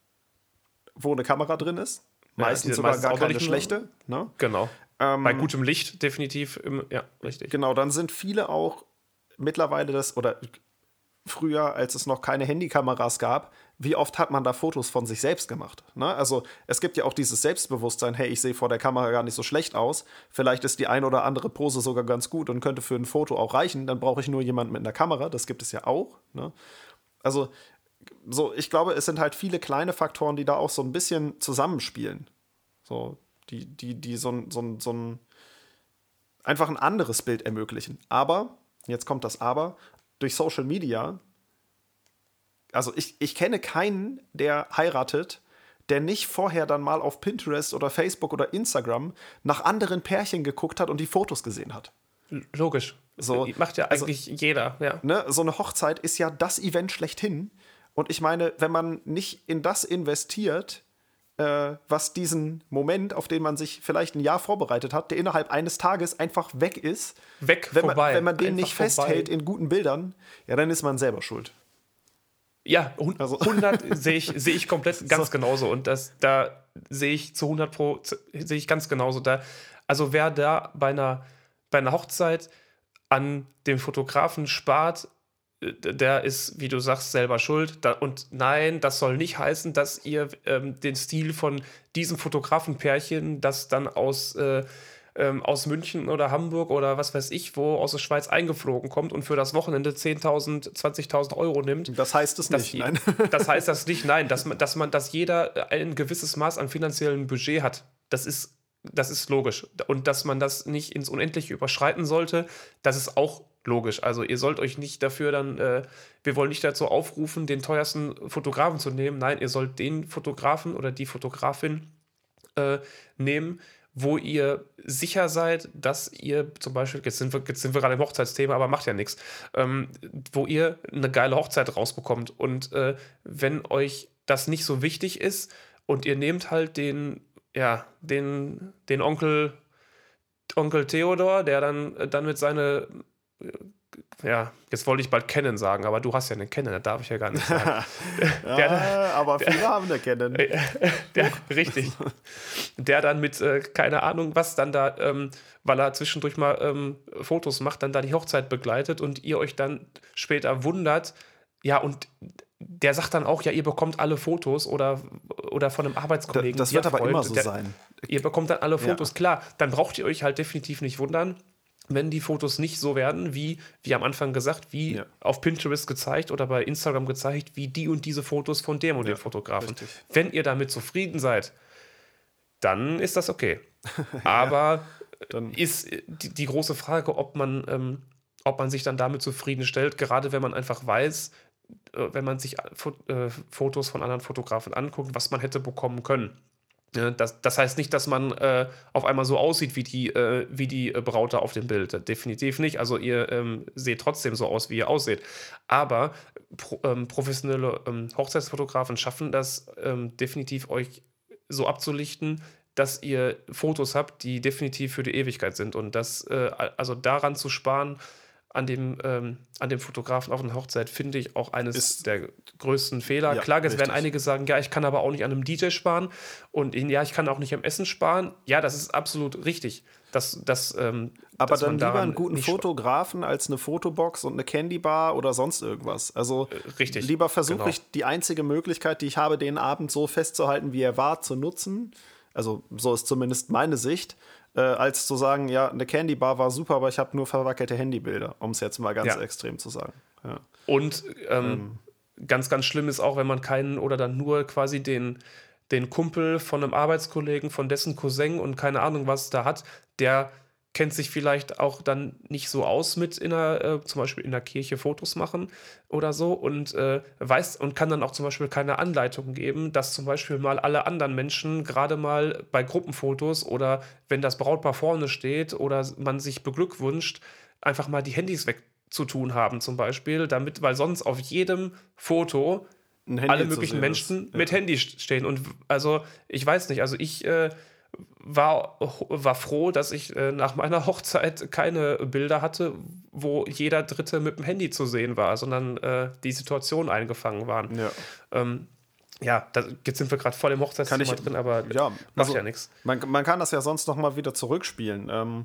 wo eine Kamera drin ist. Ja, Meistens die- sogar meistens gar auch noch keine nicht nur- schlechte. Ne? Genau. Ähm, Bei gutem Licht definitiv. Im, ja, richtig. Genau, dann sind viele auch mittlerweile das, oder früher, als es noch keine Handykameras gab, wie oft hat man da Fotos von sich selbst gemacht? Ne? Also es gibt ja auch dieses Selbstbewusstsein, hey, ich sehe vor der Kamera gar nicht so schlecht aus, vielleicht ist die ein oder andere Pose sogar ganz gut und könnte für ein Foto auch reichen, dann brauche ich nur jemanden mit einer Kamera, das gibt es ja auch. Ne? Also so, ich glaube, es sind halt viele kleine Faktoren, die da auch so ein bisschen zusammenspielen. So, die, die, die so ein, so ein, so ein einfach ein anderes Bild ermöglichen. Aber, jetzt kommt das Aber, durch Social Media, also ich, ich kenne keinen, der heiratet, der nicht vorher dann mal auf Pinterest oder Facebook oder Instagram nach anderen Pärchen geguckt hat und die Fotos gesehen hat. Logisch. So, Macht ja also- eigentlich jeder. Ja. Ne? So eine Hochzeit ist ja das Event schlechthin. Und ich meine, wenn man nicht in das investiert, äh, was diesen Moment, auf den man sich vielleicht ein Jahr vorbereitet hat, der innerhalb eines Tages einfach weg ist, Weg, wenn man, vorbei. wenn man den Einfach nicht vorbei. festhält in guten Bildern, ja, dann ist man selber schuld. Ja, hun- Also- hundert sehe ich, sehe ich komplett ganz So. genauso. Und das, da sehe ich zu hundert Pro, z- sehe ich ganz genauso. Da, also wer da bei einer, bei einer Hochzeit an dem Fotografen spart, äh, der ist, wie du sagst, selber schuld. Da, und nein, das soll nicht heißen, dass ihr ähm, den Stil von diesem Fotografenpärchen, das dann aus äh, ähm, aus München oder Hamburg oder was weiß ich, wo aus der Schweiz eingeflogen kommt und für das Wochenende zehntausend, zwanzigtausend Euro nimmt. Das heißt es Das, nicht, nein. das heißt das nicht, nein, dass man, dass man, dass jeder ein gewisses Maß an finanziellem Budget hat. Das ist, das ist logisch. Und dass man das nicht ins Unendliche überschreiten sollte, das ist auch logisch. Also ihr sollt euch nicht dafür dann, äh, wir wollen nicht dazu aufrufen, den teuersten Fotografen zu nehmen. Nein, ihr sollt den Fotografen oder die Fotografin äh, nehmen, wo ihr sicher seid, dass ihr zum Beispiel, jetzt sind wir, jetzt sind wir gerade im Hochzeitsthema, aber macht ja nichts, ähm, wo ihr eine geile Hochzeit rausbekommt. Und äh, wenn euch das nicht so wichtig ist und ihr nehmt halt den, ja, den, den Onkel, Onkel Theodor, der dann, dann mit seine, äh, ja, jetzt wollte ich bald Canon sagen, aber du hast ja einen Canon, das darf ich ja gar nicht sagen. Ja, aber viele haben eine Canon. Der, richtig. Der dann mit, äh, keine Ahnung was, dann da, ähm, weil er zwischendurch mal ähm, Fotos macht, dann da die Hochzeit begleitet und ihr euch dann später wundert, ja, und der sagt dann auch, ja, ihr bekommt alle Fotos oder, oder von einem Arbeitskollegen. Das dir wird aber Freund, immer so der, sein. Ihr bekommt dann alle Fotos, Ja. klar. Dann braucht ihr euch halt definitiv nicht wundern, wenn die Fotos nicht so werden, wie, wie am Anfang gesagt, wie Ja. auf Pinterest gezeigt oder bei Instagram gezeigt, wie die und diese Fotos von dem und Ja, dem Fotografen. richtig. Wenn ihr damit zufrieden seid, dann ist das okay. Aber dann ist die, die große Frage, ob man, ähm, ob man sich dann damit zufriedenstellt, gerade wenn man einfach weiß, äh, wenn man sich Fo äh, Fotos von anderen Fotografen anguckt, was man hätte bekommen können. Ja, das, das heißt nicht, dass man äh, auf einmal so aussieht wie die, äh, wie die äh, Braute auf dem Bild. Definitiv nicht. Also ihr ähm, seht trotzdem so aus, wie ihr ausseht. Aber pro, ähm, professionelle ähm, Hochzeitsfotografen schaffen das ähm, definitiv, euch so abzulichten, dass ihr Fotos habt, die definitiv für die Ewigkeit sind. Und das, äh, also daran zu sparen, an dem, ähm, an dem Fotografen auf einer Hochzeit, finde ich auch eines Ist, der größten Fehler. ja, Klar, jetzt werden richtig. einige sagen, ja, ich kann aber auch nicht an einem D J sparen und ja, ich kann auch nicht am Essen sparen. Ja, das ist absolut richtig. Dass, dass, ähm, Aber dass dann man lieber daran einen guten nicht spa- Fotografen als eine Fotobox und eine Candybar oder sonst irgendwas. Also äh, richtig. lieber versuche Genau. ich die einzige Möglichkeit, die ich habe, den Abend so festzuhalten, wie er war, zu nutzen. Also so ist zumindest meine Sicht, äh, als zu sagen, ja, eine Candybar war super, aber ich habe nur verwackelte Handybilder, um es jetzt mal ganz Ja. extrem zu sagen. Ja. Und ähm, ganz, ganz schlimm ist auch, wenn man keinen oder dann nur quasi den, den Kumpel von einem Arbeitskollegen, von dessen Cousin und keine Ahnung was da hat, der kennt sich vielleicht auch dann nicht so aus mit in der, äh, zum Beispiel in der Kirche Fotos machen oder so und äh, weiß und kann dann auch zum Beispiel keine Anleitung geben, dass zum Beispiel mal alle anderen Menschen gerade mal bei Gruppenfotos oder wenn das Brautpaar vorne steht oder man sich beglückwünscht, einfach mal die Handys wegzutun haben zum Beispiel, damit, weil sonst auf jedem Foto Ein Handy alle zu möglichen sehen Menschen ist, mit ja. Handy st- stehen. Und w- also, ich weiß nicht, also ich äh, war, war froh, dass ich äh, nach meiner Hochzeit keine Bilder hatte, wo jeder Dritte mit dem Handy zu sehen war, sondern äh, die Situation eingefangen waren. Ja. Ähm, ja, da, jetzt sind wir gerade voll im Kann Hochzeitsthema ich, drin, aber ja, macht also, ja nichts. Man, man kann das ja sonst noch mal wieder zurückspielen. Ähm,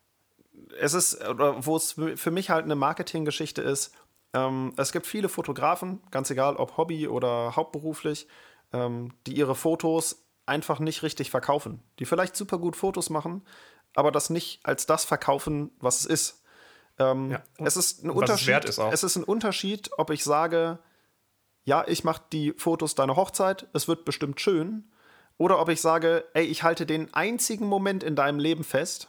es ist, oder wo es für mich halt eine Marketinggeschichte ist, ähm, es gibt viele Fotografen, ganz egal ob Hobby oder hauptberuflich, ähm, die ihre Fotos einfach nicht richtig verkaufen. Die vielleicht super gut Fotos machen, aber das nicht als das verkaufen, was es ist. Ähm, Ja. es ist ein Und was es Unterschied, wert ist auch. es ist ein Unterschied, ob ich sage, ja, ich mache die Fotos deiner Hochzeit, es wird bestimmt schön, oder ob ich sage, ey, ich halte den einzigen Moment in deinem Leben fest,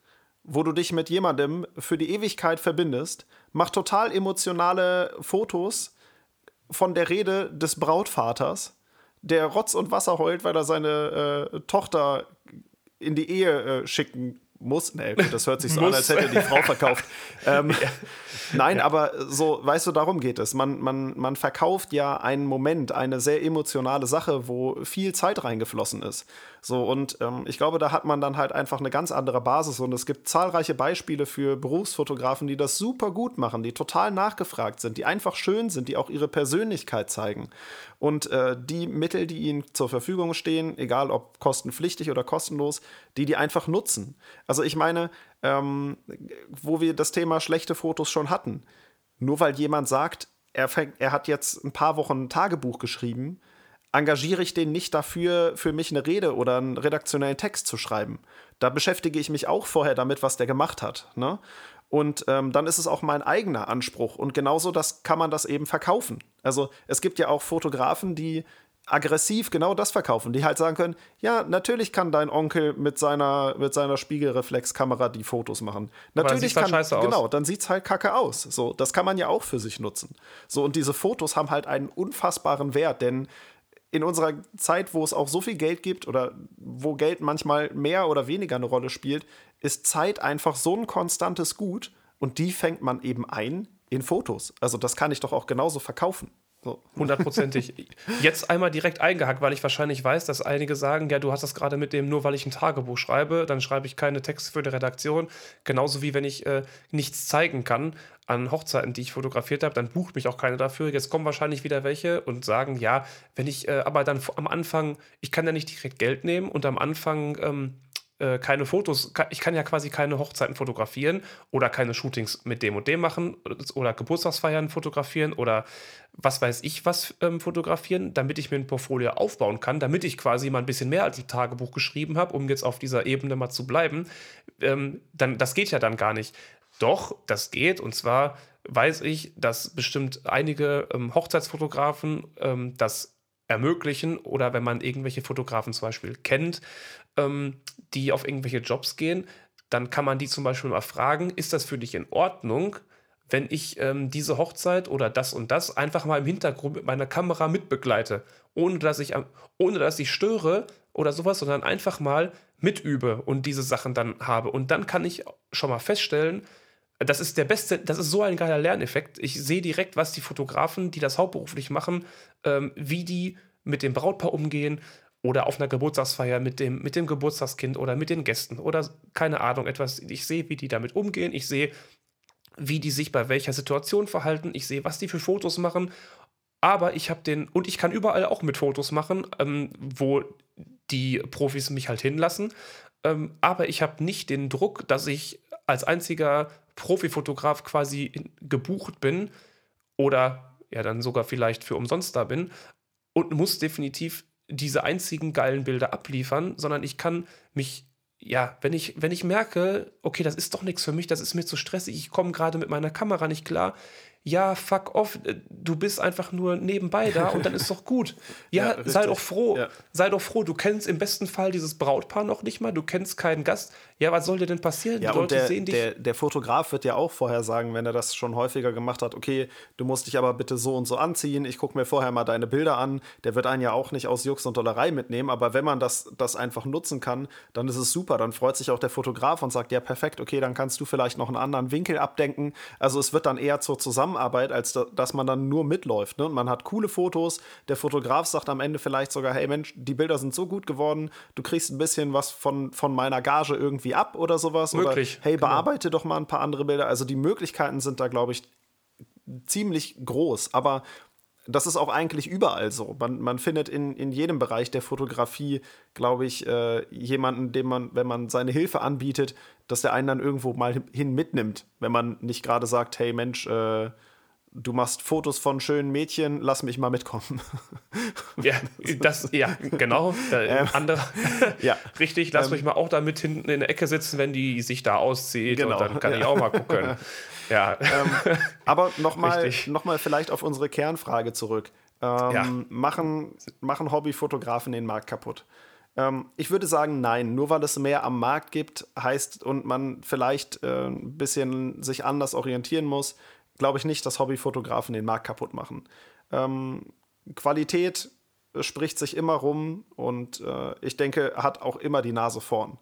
wo du dich mit jemandem für die Ewigkeit verbindest, mach total emotionale Fotos von der Rede des Brautvaters, der Rotz und Wasser heult, weil er seine äh, Tochter in die Ehe äh, schicken muss. Nee, gut, das hört sich so an, Muss. als hätte er die Frau verkauft. Ähm, Nein, aber so, weißt du, darum geht es. Man, man, man verkauft ja einen Moment, eine sehr emotionale Sache, wo viel Zeit reingeflossen ist. So, und ähm, ich glaube, da hat man dann halt einfach eine ganz andere Basis. Und es gibt zahlreiche Beispiele für Berufsfotografen, die das super gut machen, die total nachgefragt sind, die einfach schön sind, die auch ihre Persönlichkeit zeigen. Und äh, die Mittel, die ihnen zur Verfügung stehen, egal ob kostenpflichtig oder kostenlos, die die einfach nutzen. Also ich meine, ähm, wo wir das Thema schlechte Fotos schon hatten. Nur weil jemand sagt, er, fängt, er hat jetzt ein paar Wochen ein Tagebuch geschrieben, engagiere ich den nicht dafür, für mich eine Rede oder einen redaktionellen Text zu schreiben. Da beschäftige ich mich auch vorher damit, was der gemacht hat. Ne? Und ähm, dann ist es auch mein eigener Anspruch. Und genauso das kann man das eben verkaufen. Also es gibt ja auch Fotografen, die aggressiv genau das verkaufen, die halt sagen können, ja, natürlich kann dein Onkel mit seiner, mit seiner Spiegelreflexkamera die Fotos machen. Aber dann Natürlich sieht's halt kann, scheiße aus. genau, dann sieht's halt kacke aus. So, das kann man ja auch für sich nutzen. So, und diese Fotos haben halt einen unfassbaren Wert, denn in unserer Zeit, wo es auch so viel Geld gibt oder wo Geld manchmal mehr oder weniger eine Rolle spielt, ist Zeit einfach so ein konstantes Gut und die fängt man eben ein in Fotos. Also das kann ich doch auch genauso verkaufen. So. Hundertprozentig. Jetzt einmal direkt eingehackt, weil ich wahrscheinlich weiß, dass einige sagen, ja, du hast das gerade mit dem, nur weil ich ein Tagebuch schreibe, dann schreibe ich keine Texte für die Redaktion. Genauso wie wenn ich äh, nichts zeigen kann an Hochzeiten, die ich fotografiert habe, dann bucht mich auch keiner dafür. Jetzt kommen wahrscheinlich wieder welche und sagen, ja, wenn ich äh, aber dann am Anfang, ich kann ja nicht direkt Geld nehmen und am Anfang ähm, äh, keine Fotos, ich kann ja quasi keine Hochzeiten fotografieren oder keine Shootings mit dem und dem machen oder Geburtstagsfeiern fotografieren oder was weiß ich was ähm, fotografieren, damit ich mir ein Portfolio aufbauen kann, damit ich quasi mal ein bisschen mehr als ein Tagebuch geschrieben habe, um jetzt auf dieser Ebene mal zu bleiben, ähm, dann, das geht ja dann gar nicht. Doch, das geht, und zwar weiß ich, dass bestimmt einige ähm, Hochzeitsfotografen ähm, das ermöglichen oder wenn man irgendwelche Fotografen zum Beispiel kennt, ähm, die auf irgendwelche Jobs gehen, dann kann man die zum Beispiel mal fragen, ist das für dich in Ordnung, wenn ich ähm, diese Hochzeit oder das und das einfach mal im Hintergrund mit meiner Kamera mitbegleite, ohne dass ich, am- ohne dass ich störe oder sowas, sondern einfach mal mitübe und diese Sachen dann habe. Und dann kann ich schon mal feststellen, das ist der beste, das ist so ein geiler Lerneffekt. Ich sehe direkt, was die Fotografen, die das hauptberuflich machen, ähm, wie die mit dem Brautpaar umgehen oder auf einer Geburtstagsfeier mit dem, mit dem Geburtstagskind oder mit den Gästen oder keine Ahnung, etwas. Ich sehe, wie die damit umgehen. Ich sehe, wie die sich bei welcher Situation verhalten. Ich sehe, was die für Fotos machen. Aber ich habe den, und ich kann überall auch mit Fotos machen, ähm, wo die Profis mich halt hinlassen. Ähm, aber ich habe nicht den Druck, dass ich als einziger Profifotograf quasi in, gebucht bin oder ja dann sogar vielleicht für umsonst da bin und muss definitiv diese einzigen geilen Bilder abliefern, sondern ich kann mich, ja, wenn ich, wenn ich merke, okay, das ist doch nichts für mich, das ist mir zu stressig, ich komme gerade mit meiner Kamera nicht klar, ja, fuck off, äh, du bist einfach nur nebenbei da und dann ist doch gut. Ja, Ja, sei richtig. doch froh, Ja. sei doch froh, du kennst im besten Fall dieses Brautpaar noch nicht mal, du kennst keinen Gast. Ja, was soll dir denn passieren? Ja, Die und Leute der, sehen dich. der, der Fotograf wird ja auch vorher sagen, wenn er das schon häufiger gemacht hat, okay, du musst dich aber bitte so und so anziehen, ich gucke mir vorher mal deine Bilder an. Der wird einen ja auch nicht aus Jux und Dollerei mitnehmen, aber wenn man das, das einfach nutzen kann, dann ist es super. Dann freut sich auch der Fotograf und sagt, ja, perfekt, okay, dann kannst du vielleicht noch einen anderen Winkel abdenken. Also es wird dann eher zur Zusammenarbeit, als da, dass man dann nur mitläuft. Ne? Und man hat coole Fotos, der Fotograf sagt am Ende vielleicht sogar, hey Mensch, die Bilder sind so gut geworden, du kriegst ein bisschen was von, von meiner Gage irgendwie ab oder sowas. Möglich, Oder hey, genau. bearbeite doch mal ein paar andere Bilder. Also die Möglichkeiten sind da, glaube ich, ziemlich groß. Aber das ist auch eigentlich überall so. Man, man findet in, in jedem Bereich der Fotografie, glaube ich, äh, jemanden, dem man, wenn man seine Hilfe anbietet, dass der einen dann irgendwo mal hin mitnimmt. Wenn man nicht gerade sagt, hey Mensch, äh, du machst Fotos von schönen Mädchen, lass mich mal mitkommen. Ja, das, ja, genau. Der Ähm, andere, ja. richtig, lass Ähm, mich mal auch da mit hinten in der Ecke sitzen, wenn die sich da auszieht Genau, und dann kann ja. ich auch mal gucken. Ja, ähm, aber nochmal Richtig. noch mal vielleicht auf unsere Kernfrage zurück. Ähm, Ja. machen, machen Hobbyfotografen den Markt kaputt? Ähm, ich würde sagen, nein. Nur weil es mehr am Markt gibt, heißt und man vielleicht äh, ein bisschen sich anders orientieren muss, glaube ich nicht, dass Hobbyfotografen den Markt kaputt machen. Ähm, Qualität spricht sich immer rum und äh, ich denke, hat auch immer die Nase vorn.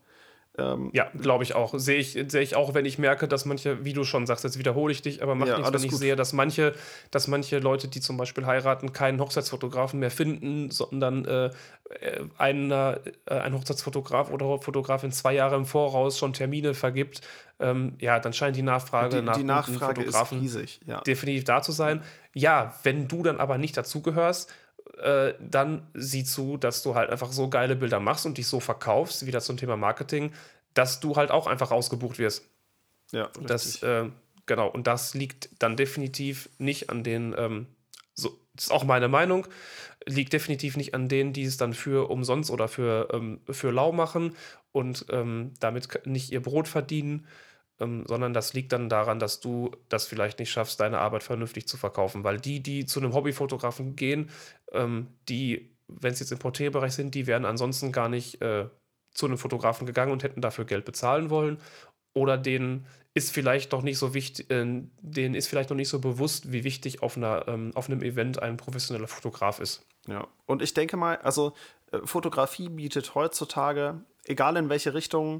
Ja, glaube ich auch. Sehe ich, sehe ich auch, wenn ich merke, dass manche, wie du schon sagst, jetzt wiederhole ich dich, aber macht Ja, nichts, alles wenn ich gut. sehe, dass manche, dass manche Leute, die zum Beispiel heiraten, keinen Hochzeitsfotografen mehr finden, sondern äh, äh, einer, äh, ein Hochzeitsfotograf oder Fotografin zwei Jahre im Voraus schon Termine vergibt. Ähm, ja, dann scheint die Nachfrage Die, nach die guten Nachfrage ist Fotografen riesig. Ja. definitiv da zu sein. Ja, wenn du dann aber nicht dazugehörst, äh, dann sieh zu, dass du halt einfach so geile Bilder machst und dich so verkaufst, wieder zum Thema Marketing, dass du halt auch einfach ausgebucht wirst. Ja, Das, richtig. äh, genau, und das liegt dann definitiv nicht an den, ähm, so, das ist auch meine Meinung, liegt definitiv nicht an denen, die es dann für umsonst oder für, ähm, für lau machen und ähm, damit k- nicht ihr Brot verdienen, ähm, sondern das liegt dann daran, dass du das vielleicht nicht schaffst, deine Arbeit vernünftig zu verkaufen. Weil die, die zu einem Hobbyfotografen gehen, ähm, die, wenn es jetzt im Porträtbereich sind, die wären ansonsten gar nicht äh, zu einem Fotografen gegangen und hätten dafür Geld bezahlen wollen. Oder denen ist vielleicht noch nicht so wichtig, äh, denen ist vielleicht noch nicht so bewusst, wie wichtig auf einer, ähm, auf einem Event ein professioneller Fotograf ist. Ja. Und ich denke mal, also äh, Fotografie bietet heutzutage, egal in welche Richtung,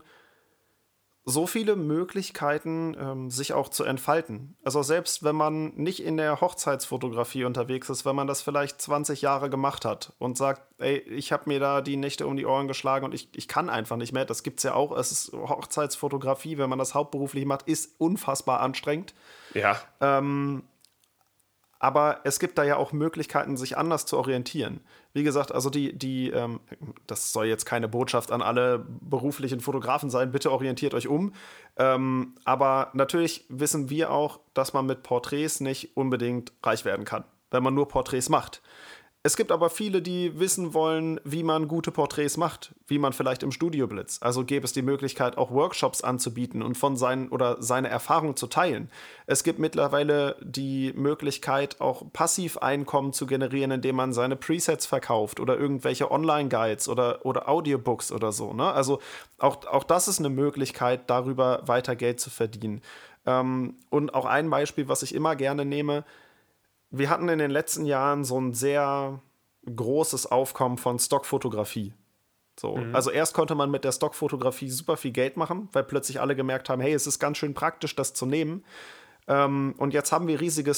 so viele Möglichkeiten, ähm, sich auch zu entfalten. Also selbst wenn man nicht in der Hochzeitsfotografie unterwegs ist, wenn man das vielleicht zwanzig Jahre gemacht hat und sagt, ey, ich habe mir da die Nächte um die Ohren geschlagen und ich, ich kann einfach nicht mehr. Das gibt es ja auch. Es ist Hochzeitsfotografie, wenn man das hauptberuflich macht, ist unfassbar anstrengend. Ja, Ähm, aber es gibt da ja auch Möglichkeiten, sich anders zu orientieren. Wie gesagt, also die, die, ähm, das soll jetzt keine Botschaft an alle beruflichen Fotografen sein, bitte orientiert euch um. Ähm, aber natürlich wissen wir auch, dass man mit Porträts nicht unbedingt reich werden kann, wenn man nur Porträts macht. Es gibt aber viele, die wissen wollen, wie man gute Porträts macht, wie man vielleicht im Studio blitzt. Also gäbe es die Möglichkeit, auch Workshops anzubieten und von seinen oder seine Erfahrung zu teilen. Es gibt mittlerweile die Möglichkeit, auch Passiveinkommen zu generieren, indem man seine Presets verkauft oder irgendwelche Online-Guides oder, oder Audiobooks oder so. Ne? Also auch, auch das ist eine Möglichkeit, darüber weiter Geld zu verdienen. Ähm, und auch ein Beispiel, was ich immer gerne nehme: Wir hatten in den letzten Jahren so ein sehr großes Aufkommen von Stockfotografie. So. Mhm. Also erst konnte man mit der Stockfotografie super viel Geld machen, weil plötzlich alle gemerkt haben, hey, es ist ganz schön praktisch, das zu nehmen. Ähm, und jetzt haben wir riesige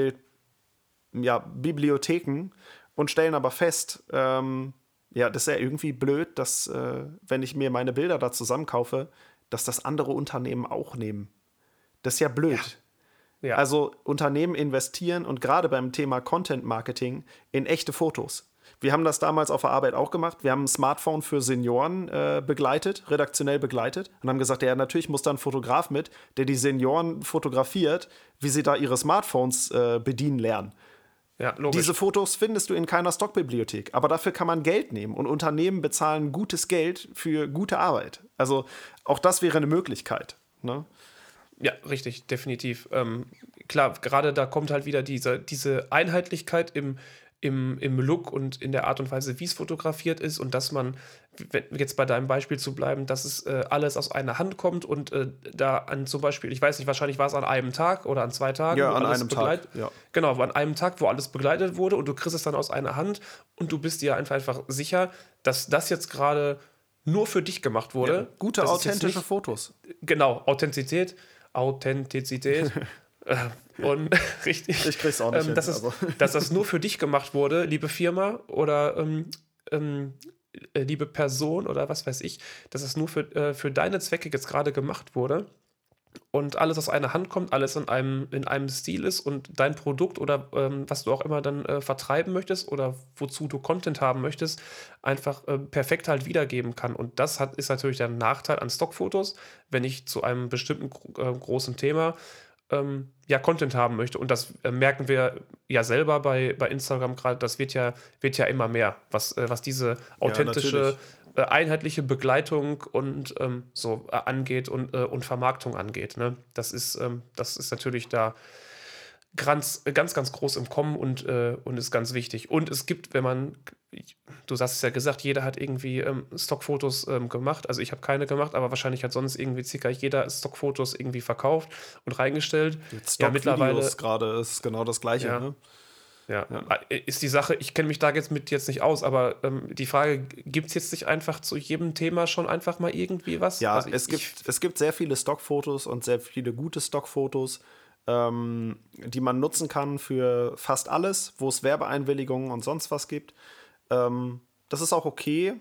Stockbild-Bibliotheken und stellen aber fest, ähm, ja, das ist ja irgendwie blöd, dass, äh, wenn ich mir meine Bilder da zusammenkaufe, dass das andere Unternehmen auch nehmen. Das ist ja blöd. Ja. Ja. Also Unternehmen investieren und gerade beim Thema Content Marketing in echte Fotos. Wir haben das damals auf der Arbeit auch gemacht. Wir haben ein Smartphone für Senioren äh, begleitet, redaktionell begleitet und haben gesagt, ja, natürlich muss da ein Fotograf mit, der die Senioren fotografiert, wie sie da ihre Smartphones äh, bedienen lernen. Ja, logisch. Diese Fotos findest du in keiner Stockbibliothek, aber dafür kann man Geld nehmen und Unternehmen bezahlen gutes Geld für gute Arbeit. Also auch das wäre eine Möglichkeit, ne? Ja, richtig, definitiv. Ähm, klar, gerade da kommt halt wieder diese, diese Einheitlichkeit im, im, im Look und in der Art und Weise, wie es fotografiert ist und dass man, wenn, jetzt bei deinem Beispiel zu bleiben, dass es äh, alles aus einer Hand kommt und äh, da an zum Beispiel, ich weiß nicht, wahrscheinlich war es an einem Tag oder an zwei Tagen. Ja, an einem Tag, ja. Genau, an einem Tag, wo alles begleitet wurde und du kriegst es dann aus einer Hand und du bist dir einfach, einfach sicher, dass das jetzt gerade nur für dich gemacht wurde. Ja, gute, authentische nicht, Fotos. Genau, Authentizität. Authentizität äh, und richtig, ich krieg's auch nicht ähm, hin, dass, es, dass das nur für dich gemacht wurde, liebe Firma oder ähm, ähm, äh, liebe Person oder was weiß ich, dass es nur für, äh, für deine Zwecke jetzt gerade gemacht wurde und alles aus einer Hand kommt, alles in einem, in einem Stil ist und dein Produkt oder ähm, was du auch immer dann äh, vertreiben möchtest oder wozu du Content haben möchtest, einfach äh, perfekt halt wiedergeben kann. Und das hat, ist natürlich der Nachteil an Stockfotos, wenn ich zu einem bestimmten äh, großen Thema ähm, ja Content haben möchte. Und das äh, merken wir ja selber bei, bei Instagram gerade, das wird ja, wird ja immer mehr, was, äh, was diese authentische ja, einheitliche Begleitung und ähm, so äh, angeht und, äh, und Vermarktung angeht. Ne? Das ist, ähm, das ist natürlich da ganz, ganz, ganz groß im Kommen und, äh, und ist ganz wichtig. Und es gibt, wenn man, du hast es ja gesagt, jeder hat irgendwie ähm, Stockfotos ähm, gemacht. Also ich habe keine gemacht, aber wahrscheinlich hat sonst irgendwie circa jeder Stockfotos irgendwie verkauft und reingestellt. Jetzt ja, mittlerweile gerade ist genau das Gleiche. Ja. Ne? Ja. ja, ist die Sache, ich kenne mich da jetzt mit jetzt nicht aus, aber ähm, die Frage, gibt es jetzt nicht einfach zu jedem Thema schon einfach mal irgendwie was? Ja, also es, ich, gibt, es gibt sehr viele Stockfotos und sehr viele gute Stockfotos, ähm, die man nutzen kann für fast alles, wo es Werbeeinwilligungen und sonst was gibt. Ähm, das ist auch okay,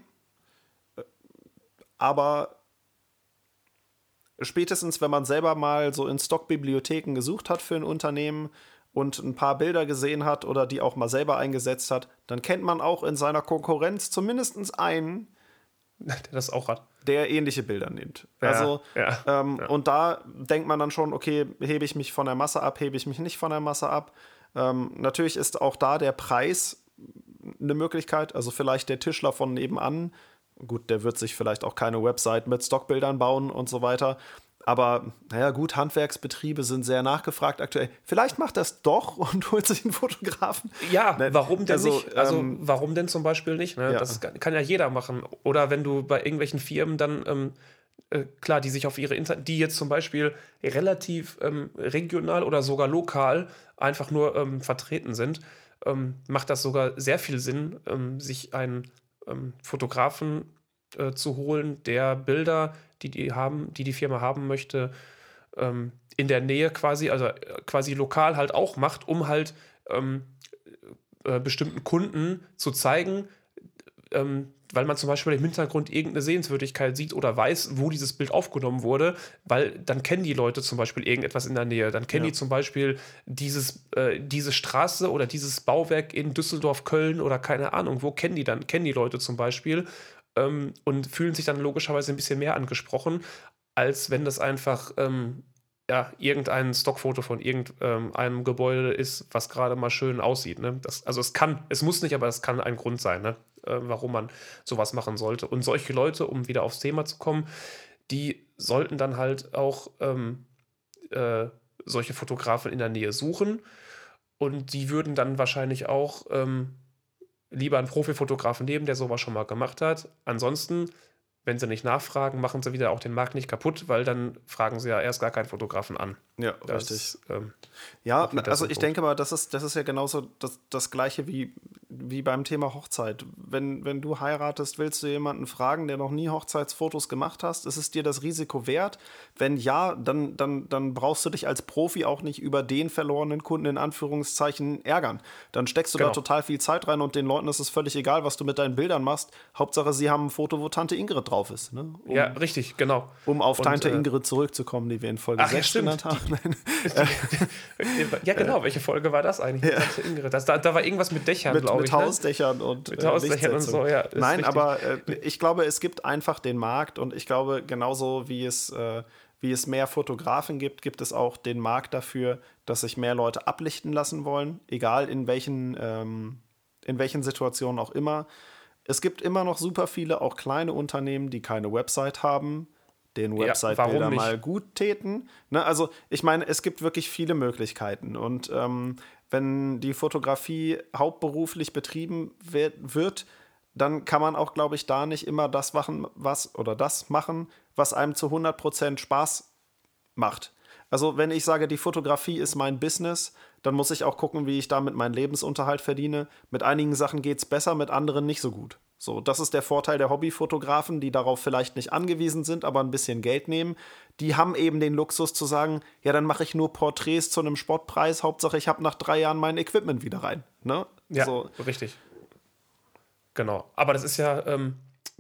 aber spätestens, wenn man selber mal so in Stockbibliotheken gesucht hat für ein Unternehmen und ein paar Bilder gesehen hat oder die auch mal selber eingesetzt hat, dann kennt man auch in seiner Konkurrenz zumindest einen, der das auch hat, der ähnliche Bilder nimmt. Ja, also, ja, ähm, ja. Und da denkt man dann schon, okay, hebe ich mich von der Masse ab, hebe ich mich nicht von der Masse ab. Ähm, natürlich ist auch da der Preis eine Möglichkeit, also vielleicht der Tischler von nebenan, gut, der wird sich vielleicht auch keine Website mit Stockbildern bauen und so weiter. Aber, naja, gut, Handwerksbetriebe sind sehr nachgefragt aktuell. Vielleicht macht das doch und holt sich einen Fotografen. Ja, warum denn also, nicht? Also, ähm, warum denn zum Beispiel nicht? Ne? Ja. Das kann ja jeder machen. Oder wenn du bei irgendwelchen Firmen dann, ähm, äh, klar, die sich auf ihre Internet, die jetzt zum Beispiel relativ ähm, regional oder sogar lokal einfach nur ähm, vertreten sind, ähm, macht das sogar sehr viel Sinn, ähm, sich einen ähm, Fotografen äh, zu holen, der Bilder, die die haben, die die Firma haben möchte, ähm, in der Nähe quasi, also äh, quasi lokal halt auch macht, um halt ähm, äh, bestimmten Kunden zu zeigen, ähm, weil man zum Beispiel im Hintergrund irgendeine Sehenswürdigkeit sieht oder weiß, wo dieses Bild aufgenommen wurde, weil dann kennen die Leute zum Beispiel irgendetwas in der Nähe. Dann kennen Ja. die zum Beispiel dieses, äh, diese Straße oder dieses Bauwerk in Düsseldorf, Köln oder keine Ahnung, wo kennen die dann, kennen die Leute zum Beispiel ähm, und fühlen sich dann logischerweise ein bisschen mehr angesprochen, als wenn das einfach ähm, ja, irgendein Stockfoto von irgendeinem ähm, Gebäude ist, was gerade mal schön aussieht. Ne? Das, also es kann, es muss nicht, aber es kann ein Grund sein, ne? äh, warum man sowas machen sollte. Und solche Leute, um wieder aufs Thema zu kommen, die sollten dann halt auch ähm, äh, solche Fotografen in der Nähe suchen und die würden dann wahrscheinlich auch ähm, lieber einen Profifotografen nehmen, der sowas schon mal gemacht hat. Ansonsten, wenn sie nicht nachfragen, machen sie wieder auch den Markt nicht kaputt, weil dann fragen sie ja erst gar keinen Fotografen an. Ja, Das, richtig. Ähm, Ja, auch wieder also so ein ich Punkt. denke mal, das ist, das ist ja genauso das, das Gleiche wie, wie beim Thema Hochzeit. Wenn, wenn du heiratest, willst du jemanden fragen, der noch nie Hochzeitsfotos gemacht hast? Ist es dir das Risiko wert? Wenn ja, dann, dann, dann brauchst du dich als Profi auch nicht über den verlorenen Kunden in Anführungszeichen ärgern. Dann steckst du Genau. da total viel Zeit rein und den Leuten ist es völlig egal, was du mit deinen Bildern machst. Hauptsache, sie haben ein Foto, wo Tante Ingrid drauf ist. Ne? Um, Ja, richtig, genau. um auf Und, Tante äh, Ingrid zurückzukommen, die wir in Folge Ach ja, sechs stimmt. genannt haben. Ja, genau. Welche Folge war das eigentlich? Mit Tante Ingrid? Das, da, da war irgendwas mit Dächern, mit, glaube mit ich. Ne? Hausdächern und Mit äh, Hausdächern und so, Lichtsetzung. ja. ist Nein, richtig. aber äh, ich glaube, es gibt einfach den Markt und ich glaube, genauso wie es, äh, wie es mehr Fotografen gibt, gibt es auch den Markt dafür, dass sich mehr Leute ablichten lassen wollen, egal in welchen, ähm, in welchen Situationen auch immer. Es gibt immer noch super viele, auch kleine Unternehmen, die keine Website haben, den Ja, Website-Bilder warum nicht? mal gut täten. Ne, also ich meine, es gibt wirklich viele Möglichkeiten. Und ähm, wenn die Fotografie hauptberuflich betrieben wird, wird, dann kann man auch, glaube ich, da nicht immer das machen, was oder das machen, was einem zu hundert Prozent Spaß macht. Also wenn ich sage, die Fotografie ist mein Business, dann muss ich auch gucken, wie ich damit meinen Lebensunterhalt verdiene. Mit einigen Sachen geht es besser, mit anderen nicht so gut. So, das ist der Vorteil der Hobbyfotografen, die darauf vielleicht nicht angewiesen sind, aber ein bisschen Geld nehmen. Die haben eben den Luxus zu sagen, ja, dann mache ich nur Porträts zu einem Spottpreis, Hauptsache ich habe nach drei Jahren mein Equipment wieder rein. Ne? Ja, So. richtig. Genau. Aber das ist ja, ähm,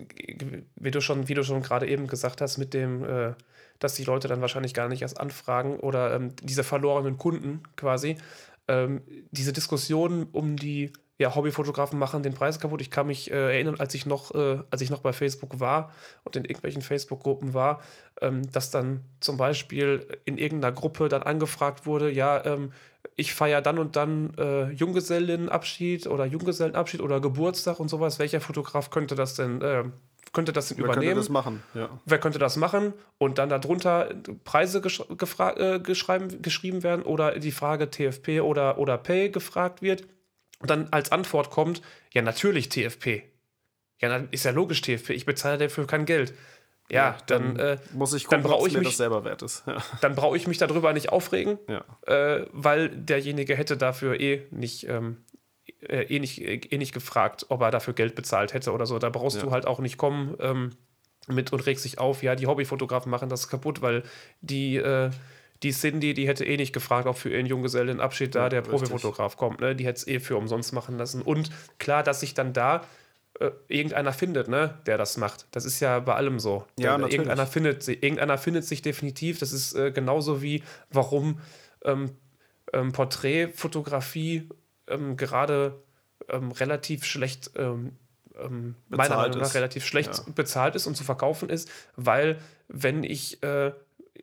wie du schon, wie du schon gerade eben gesagt hast, mit dem, äh, dass die Leute dann wahrscheinlich gar nicht erst anfragen oder ähm, diese verlorenen Kunden quasi. Ähm, diese Diskussion um die ja, Hobbyfotografen machen den Preis kaputt. Ich kann mich äh, erinnern, als ich noch, äh, als ich noch bei Facebook war und in irgendwelchen Facebook-Gruppen war, ähm, dass dann zum Beispiel in irgendeiner Gruppe dann angefragt wurde, ja, ähm, ich feiere dann und dann äh, Junggesellenabschied oder Junggesellenabschied oder Geburtstag und sowas. Welcher Fotograf könnte das denn, äh, könnte das denn Wer übernehmen? könnte das machen? Ja. Wer könnte das machen? Und dann darunter Preise gesch gefra- äh, geschreiben, geschrieben werden oder die Frage T F P oder, oder Pay gefragt wird. Und dann als Antwort kommt, ja, natürlich T F P. Ja, dann ist ja logisch T F P. Ich bezahle dafür kein Geld. Ja, Ja, dann, dann äh, muss ich dann gucken, brauche ob ich mir mich, das selber wert ist. Ja. dann brauche ich mich darüber nicht aufregen, Ja. äh, weil derjenige hätte dafür eh nicht, ähm, äh, eh, nicht, eh nicht gefragt, ob er dafür Geld bezahlt hätte oder so. Da brauchst Ja. du halt auch nicht kommen ähm, mit und regst dich auf. Ja, die Hobbyfotografen machen das kaputt, weil die, äh, die Cindy, die hätte eh nicht gefragt, ob für ihren Junggesellenabschied da Ja, der richtig. Profifotograf kommt. Ne? Die hätte es eh für umsonst machen lassen. Und klar, dass sich dann da äh, irgendeiner findet, ne, der das macht. Das ist ja bei allem so. Ja, Da- natürlich. Irgendeiner findet, si- irgendeiner findet sich definitiv. Das ist äh, genauso wie, warum ähm, ähm, Porträtfotografie ähm, gerade ähm, relativ schlecht, ähm, ähm, meiner Bezahlt Meinung nach ist. relativ schlecht Ja. bezahlt ist und zu verkaufen ist, weil wenn ich, äh,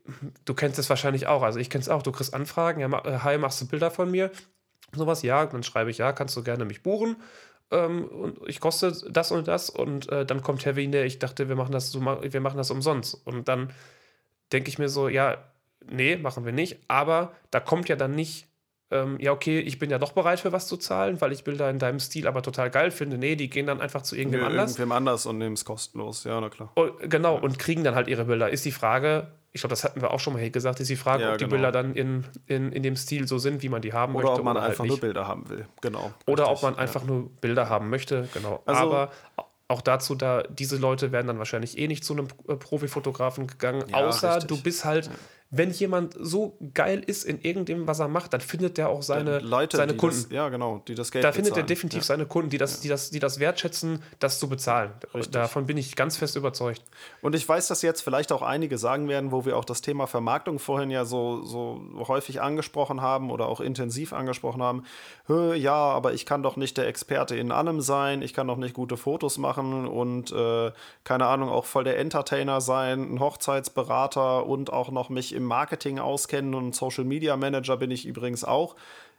du kennst es wahrscheinlich auch, also ich kenne es auch, du kriegst Anfragen, ja, ma- äh, hi, machst du Bilder von mir? Sowas, ja, dann schreibe ich, ja, kannst du gerne mich buchen. Ähm, und ich koste das und das und äh, dann kommt Herr Wiener, ich dachte, wir machen das so, ma- wir machen das umsonst. Und dann denke ich mir so, ja, nee, machen wir nicht. Aber da kommt ja dann nicht, ähm, ja, okay, ich bin ja doch bereit für was zu zahlen, weil ich Bilder in deinem Stil aber total geil finde. Nee, die gehen dann einfach zu irgendwem Nö, anders. Irgendwem anders und nehmen es kostenlos. Ja, na klar. Und, genau, und kriegen dann halt ihre Bilder. Ist die Frage, ich glaube, das hatten wir auch schon mal hier gesagt, ist die Frage, Ja, ob die genau. Bilder dann in, in, in dem Stil so sind, wie man die haben Oder möchte. ob man oder halt einfach nicht. nur Bilder haben will. Genau. Oder Richtig, ob man ja. einfach nur Bilder haben möchte, genau. Also- Aber auch dazu, da diese Leute wären dann wahrscheinlich eh nicht zu einem äh, Profifotografen gegangen, Ja, außer richtig. du bist halt, wenn jemand so geil ist in irgendeinem, was er macht, dann findet der auch seine, Leute, seine die Kunden. Das, ja, genau, die das Geld Da findet er bezahlen. definitiv Ja. seine Kunden, die das, die, das, die das wertschätzen, das zu bezahlen. Richtig. Davon bin ich ganz fest überzeugt. Und ich weiß, dass jetzt vielleicht auch einige sagen werden, wo wir auch das Thema Vermarktung vorhin ja so, so häufig angesprochen haben oder auch intensiv angesprochen haben. Hö, ja, aber ich kann doch nicht der Experte in allem sein, ich kann doch nicht gute Fotos machen und äh, keine Ahnung, auch voll der Entertainer sein, ein Hochzeitsberater und auch noch mich im Marketing auskennen und Social Media Manager bin ich übrigens auch.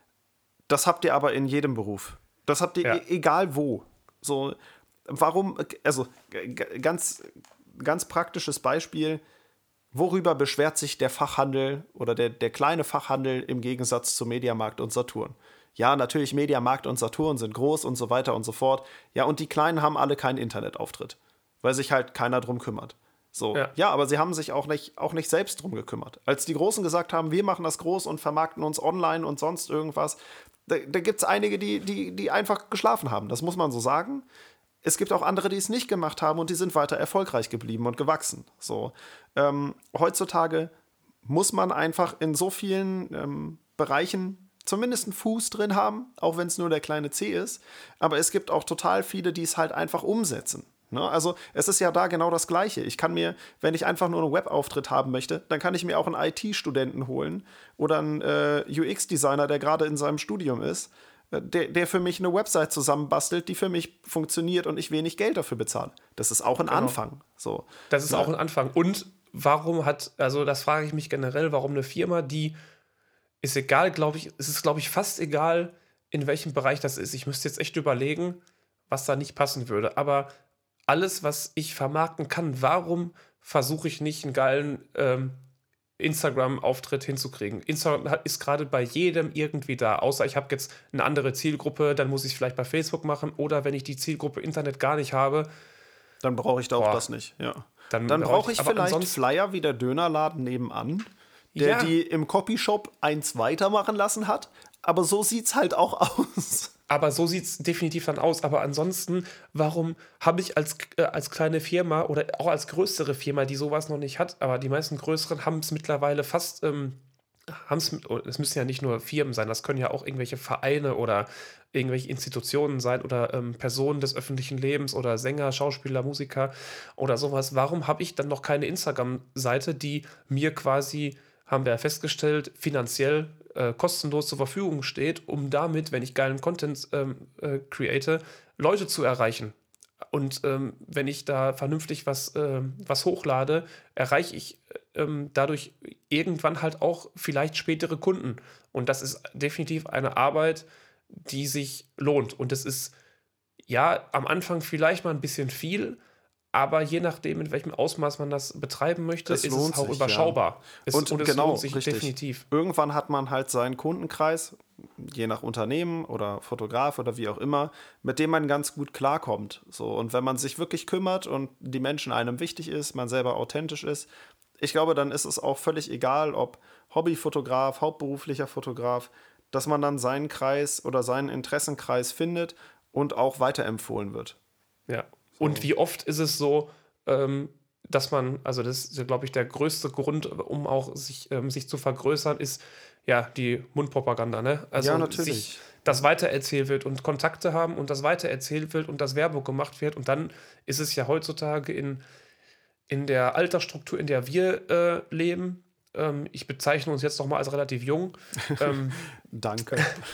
Das habt ihr aber in jedem Beruf. Das habt ihr Ja. e- egal wo. So, warum, also g- ganz, ganz praktisches Beispiel, worüber beschwert sich der Fachhandel oder der, der kleine Fachhandel im Gegensatz zu Mediamarkt und Saturn? Ja, natürlich, Mediamarkt und Saturn sind groß und so weiter und so fort. Ja, und die Kleinen haben alle keinen Internetauftritt, weil sich halt keiner drum kümmert. So, Ja. ja, aber sie haben sich auch nicht, auch nicht selbst drum gekümmert. Als die Großen gesagt haben, wir machen das groß und vermarkten uns online und sonst irgendwas, da, da gibt es einige, die, die, die einfach geschlafen haben. Das muss man so sagen. Es gibt auch andere, die es nicht gemacht haben und die sind weiter erfolgreich geblieben und gewachsen. So, ähm, heutzutage muss man einfach in so vielen ähm, Bereichen zumindest einen Fuß drin haben, auch wenn es nur der kleine C ist. Aber es gibt auch total viele, die es halt einfach umsetzen. Ne? Also es ist ja da genau das Gleiche. Ich kann mir, wenn ich einfach nur einen Webauftritt haben möchte, dann kann ich mir auch einen I T-Studenten holen oder einen äh, U X-Designer, der gerade in seinem Studium ist, äh, der, der für mich eine Website zusammenbastelt, die für mich funktioniert und ich wenig Geld dafür bezahle. Das ist auch ein Genau. Anfang. So. Das ist Ja. auch ein Anfang. Und warum hat, also das frage ich mich generell, warum eine Firma, die ist egal, glaube ich, es ist, glaube ich, fast egal, in welchem Bereich das ist. Ich müsste jetzt echt überlegen, was da nicht passen würde. Aber alles, was ich vermarkten kann, warum versuche ich nicht einen geilen ähm, Instagram-Auftritt hinzukriegen? Instagram hat- ist gerade bei jedem irgendwie da, außer ich habe jetzt eine andere Zielgruppe, dann muss ich es vielleicht bei Facebook machen. Oder wenn ich die Zielgruppe Internet gar nicht habe, Dann brauche ich da auch Boah. das nicht. Ja. dann, Dann brauche brauche ich aber vielleicht ansonsten- Flyer wie der Dönerladen nebenan, der Ja. die im Copyshop eins weitermachen lassen hat. Aber so sieht's halt auch aus. Aber so sieht es definitiv dann aus. Aber ansonsten, warum habe ich als, äh, als kleine Firma oder auch als größere Firma, die sowas noch nicht hat, aber die meisten größeren haben es mittlerweile fast, ähm, haben es, mit- oh, es müssen ja nicht nur Firmen sein, das können ja auch irgendwelche Vereine oder irgendwelche Institutionen sein oder ähm, Personen des öffentlichen Lebens oder Sänger, Schauspieler, Musiker oder sowas. Warum habe ich dann noch keine Instagram-Seite, die mir quasi, haben wir ja festgestellt, finanziell äh, kostenlos zur Verfügung steht, um damit, wenn ich geilen Content ähm, äh, create, Leute zu erreichen. Und ähm, wenn ich da vernünftig was, ähm, was hochlade, erreiche ich ähm, dadurch irgendwann halt auch vielleicht spätere Kunden. Und das ist definitiv eine Arbeit, die sich lohnt. Und das ist ja am Anfang vielleicht mal ein bisschen viel, aber je nachdem, in welchem Ausmaß man das betreiben möchte, Es ist lohnt es auch sich, überschaubar. Es, Und, und es genau, lohnt sich richtig. definitiv. Irgendwann hat man halt seinen Kundenkreis, je nach Unternehmen oder Fotograf oder wie auch immer, mit dem man ganz gut klarkommt. So, und wenn man sich wirklich kümmert und die Menschen einem wichtig ist, man selber authentisch ist, ich glaube, dann ist es auch völlig egal, ob Hobbyfotograf, hauptberuflicher Fotograf, dass man dann seinen Kreis oder seinen Interessenkreis findet und auch weiterempfohlen wird. Ja. Und wie oft ist es so, ähm, dass man, also das ist, glaube ich, der größte Grund, um auch sich, ähm, sich zu vergrößern, ist ja die Mundpropaganda, ne? Also Ja, natürlich. sich das weitererzählt wird und Kontakte haben und das weitererzählt wird und das Werbung gemacht wird. Und dann ist es ja heutzutage in, in der Altersstruktur, in der wir äh, leben, ähm, ich bezeichne uns jetzt noch mal als relativ jung, ähm, Danke.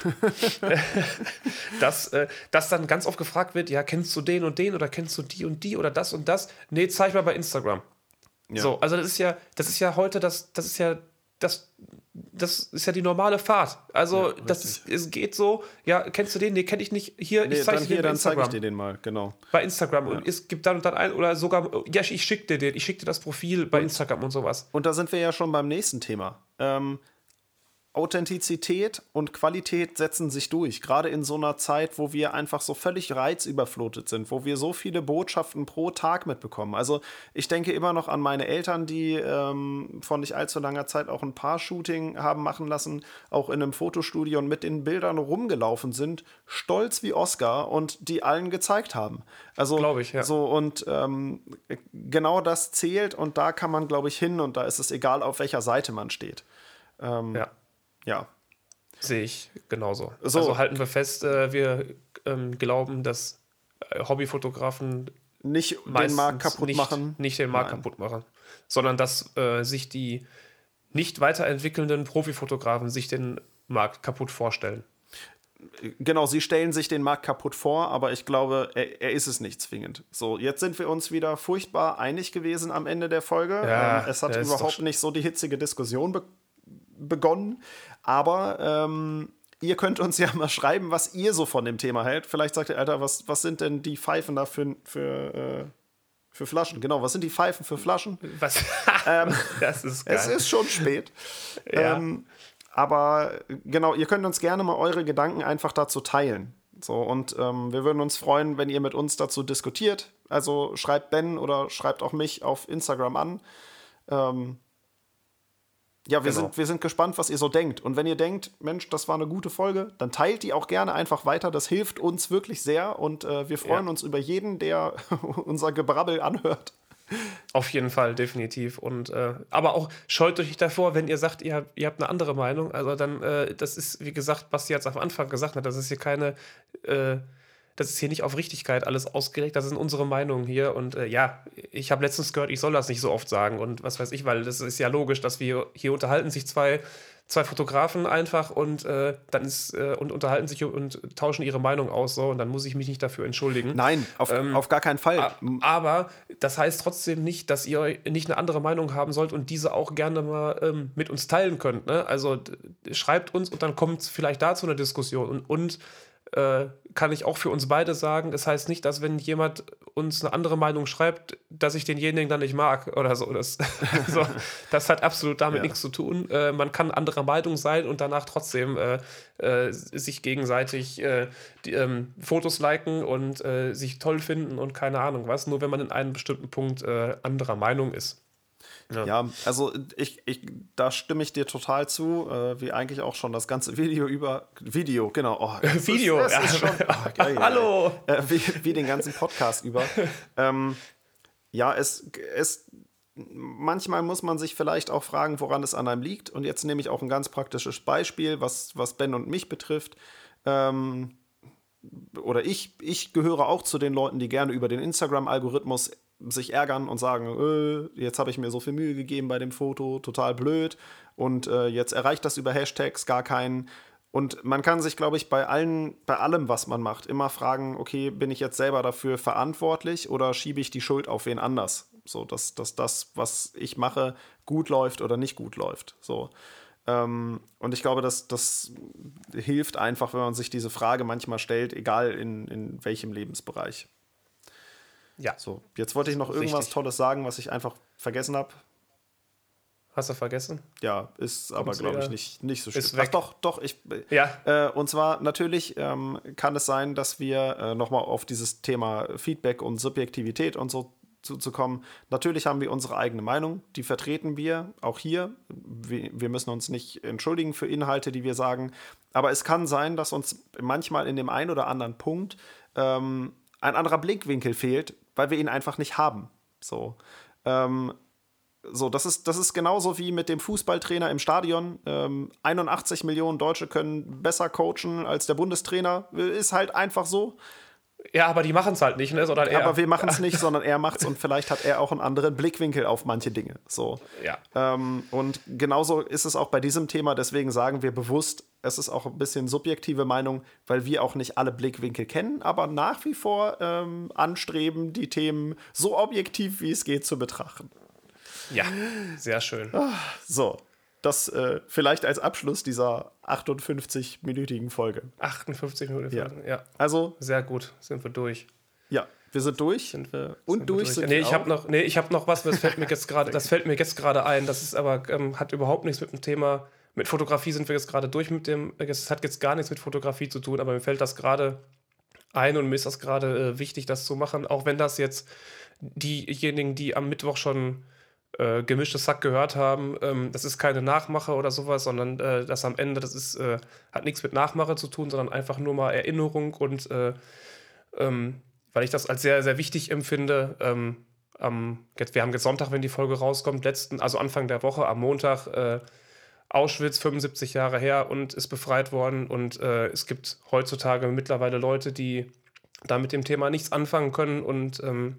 dass, äh, dass dann ganz oft gefragt wird, ja, kennst du den und den oder kennst du die und die oder das und das? Nee, zeig mal bei Instagram. Ja. So, also das ist ja, das ist ja heute, das, das ist ja, das, das ist ja die normale Fahrt. Also Ja, das ist, es geht so, ja, kennst du den? Nee, kenne ich nicht. Hier, Nee, ich zeige dann dir hier, den bei dann zeige ich Instagram. dir den mal, genau. Bei Instagram. Und es gibt dann und dann ein, oder sogar, ja, ich, ich schicke dir den, ich schicke dir das Profil bei Instagram und sowas. Und da sind wir ja schon beim nächsten Thema. Ähm, Authentizität und Qualität setzen sich durch, gerade in so einer Zeit, wo wir einfach so völlig reizüberflutet sind, wo wir so viele Botschaften pro Tag mitbekommen. Also ich denke immer noch an meine Eltern, die ähm, vor nicht allzu langer Zeit auch ein Paar-Shooting haben machen lassen, auch in einem Fotostudio und mit den Bildern rumgelaufen sind, stolz wie Oscar und die allen gezeigt haben. Also Glaube ich, ja. so und ähm, genau das zählt und da kann man, glaube ich, hin und da ist es egal, auf welcher Seite man steht. Ähm, Ja. Ja, Sehe ich genauso. So. Also halten wir fest, äh, wir ähm, glauben, dass äh, Hobbyfotografen nicht den meistens Markt kaputt nicht, machen. nicht den Markt Nein. kaputt machen, sondern dass äh, sich die nicht weiterentwickelnden Profifotografen sich den Markt kaputt vorstellen. Genau, sie stellen sich den Markt kaputt vor, aber ich glaube, er, er ist es nicht zwingend. So, jetzt sind wir uns wieder furchtbar einig gewesen am Ende der Folge. Ja, ähm, es hat ja, ist überhaupt doch- nicht so die hitzige Diskussion be begonnen, aber ähm, ihr könnt uns ja mal schreiben, was ihr so von dem Thema hält. Vielleicht sagt ihr, Alter, was, was sind denn die Pfeifen da für, für, äh, für Flaschen? Genau, was sind die Pfeifen für Flaschen? Was? Ähm, Das ist geil. Es ist schon spät. Ja. Ähm, aber genau, ihr könnt uns gerne mal eure Gedanken einfach dazu teilen. So, und ähm, wir würden uns freuen, wenn ihr mit uns dazu diskutiert. Also schreibt Ben oder schreibt auch mich auf Instagram an. Ähm, ja, wir, Genau. sind, wir sind gespannt, was ihr so denkt. Und wenn ihr denkt, Mensch, das war eine gute Folge, dann teilt die auch gerne einfach weiter. Das hilft uns wirklich sehr. Und äh, wir freuen Ja. uns über jeden, der unser Gebrabbel anhört. Auf jeden Fall, definitiv. Und äh, aber auch scheut euch nicht davor, wenn ihr sagt, ihr habt, ihr habt eine andere Meinung. Also dann, äh, das ist, wie gesagt, Basti jetzt am Anfang gesagt hat, das ist hier keine, äh, das ist hier nicht auf Richtigkeit alles ausgelegt, das sind unsere Meinungen hier. Und äh, ja, ich habe letztens gehört, ich soll das nicht so oft sagen und was weiß ich, weil das ist ja logisch, dass wir hier unterhalten sich zwei, zwei Fotografen einfach und äh, dann ist äh, und unterhalten sich und tauschen ihre Meinung aus so und dann muss ich mich nicht dafür entschuldigen. Nein, auf, auf gar keinen Fall. A- Aber das heißt trotzdem nicht, dass ihr nicht eine andere Meinung haben sollt und diese auch gerne mal ähm, mit uns teilen könnt. Ne? Also d- schreibt uns und dann kommt es vielleicht dazu eine Diskussion. Und, und äh, kann ich auch für uns beide sagen, es heißt nicht, dass wenn jemand uns eine andere Meinung schreibt, dass ich denjenigen dann nicht mag oder so. Das, also, das hat absolut damit Ja. nichts zu tun. Äh, man kann anderer Meinung sein und danach trotzdem äh, äh, sich gegenseitig äh, die, ähm, Fotos liken und äh, sich toll finden und keine Ahnung was, nur wenn man in einem bestimmten Punkt äh, anderer Meinung ist. Ja, also ich, ich, da stimme ich dir total zu, äh, wie eigentlich auch schon das ganze Video über Video, genau. Oh, es Video, ist, es ist ja. schon, oh, geil, geil. Hallo! Äh, wie, wie den ganzen Podcast über. ähm, ja, es, es manchmal muss man sich vielleicht auch fragen, woran es an einem liegt. Und jetzt nehme ich auch ein ganz praktisches Beispiel, was, was Ben und mich betrifft. Ähm, oder ich, ich gehöre auch zu den Leuten, die gerne über den Instagram-Algorithmus sich ärgern und sagen, äh, jetzt habe ich mir so viel Mühe gegeben bei dem Foto, total blöd und äh, jetzt erreicht das über Hashtags gar keinen. Und man kann sich, glaube ich, bei allen, bei allem, was man macht, immer fragen, okay, bin ich jetzt selber dafür verantwortlich oder schiebe ich die Schuld auf wen anders? So, dass, dass das, was ich mache, gut läuft oder nicht gut läuft. So. Ähm, und ich glaube, dass das hilft einfach, wenn man sich diese Frage manchmal stellt, egal in, in welchem Lebensbereich. Ja, So, jetzt wollte ich noch irgendwas Richtig. Tolles sagen, was ich einfach vergessen habe. hast du vergessen? Ja, ist aber, Kommt's glaube ich, wieder? nicht, nicht so schlimm. Ist Ach weg. doch, doch, ich. Ja. Äh, und zwar natürlich ähm, kann es sein, dass wir äh, nochmal auf dieses Thema Feedback und Subjektivität und so zu, zu kommen. Natürlich haben wir unsere eigene Meinung, die vertreten wir auch hier. Wir, wir müssen uns nicht entschuldigen für Inhalte, die wir sagen. Aber es kann sein, dass uns manchmal in dem einen oder anderen Punkt ähm, ein anderer Blickwinkel fehlt, weil wir ihn einfach nicht haben. So. Ähm, So, das ist, das ist genauso wie mit dem Fußballtrainer im Stadion. Ähm, einundachtzig Millionen Deutsche können besser coachen als der Bundestrainer. Ist halt einfach so. Ja, aber die machen es halt nicht, ne? Sondern er. Aber wir machen es nicht, sondern er macht es und vielleicht hat er auch einen anderen Blickwinkel auf manche Dinge. So. Ja. Ähm, und genauso ist es auch bei diesem Thema. Deswegen sagen wir bewusst, es ist auch ein bisschen subjektive Meinung, weil wir auch nicht alle Blickwinkel kennen, aber nach wie vor ähm, anstreben, die Themen so objektiv wie es geht zu betrachten. Ja, sehr schön. So, das äh, vielleicht als Abschluss dieser achtundfünfzig-minütigen Folge. achtundfünfzig Minuten. Ja. Ja. Also, Sehr gut, sind wir durch. ja, wir sind durch. Sind wir, Und sind durch wir sind nee, wir ich auch. habe noch, nee, ich habe noch was, das fällt mir jetzt gerade, das fällt mir jetzt gerade ein. Das ist aber ähm, hat überhaupt nichts mit dem Thema. Mit Fotografie sind wir jetzt gerade durch mit dem. Es hat jetzt gar nichts mit Fotografie zu tun, aber mir fällt das gerade ein und mir ist das gerade äh, wichtig, das zu machen, auch wenn das jetzt diejenigen, die am Mittwoch schon äh, gemischtes Sack gehört haben, ähm, das ist keine Nachmache oder sowas, sondern äh, das am Ende, das ist, äh, hat nichts mit Nachmache zu tun, sondern einfach nur mal Erinnerung und äh, ähm, weil ich das als sehr, sehr wichtig empfinde. Ähm, am, jetzt, wir haben jetzt Sonntag, wenn die Folge rauskommt, letzten, also Anfang der Woche, am Montag, äh, Auschwitz, fünfundsiebzig Jahre her und ist befreit worden. Und äh, es gibt heutzutage mittlerweile Leute, die da mit dem Thema nichts anfangen können und ähm,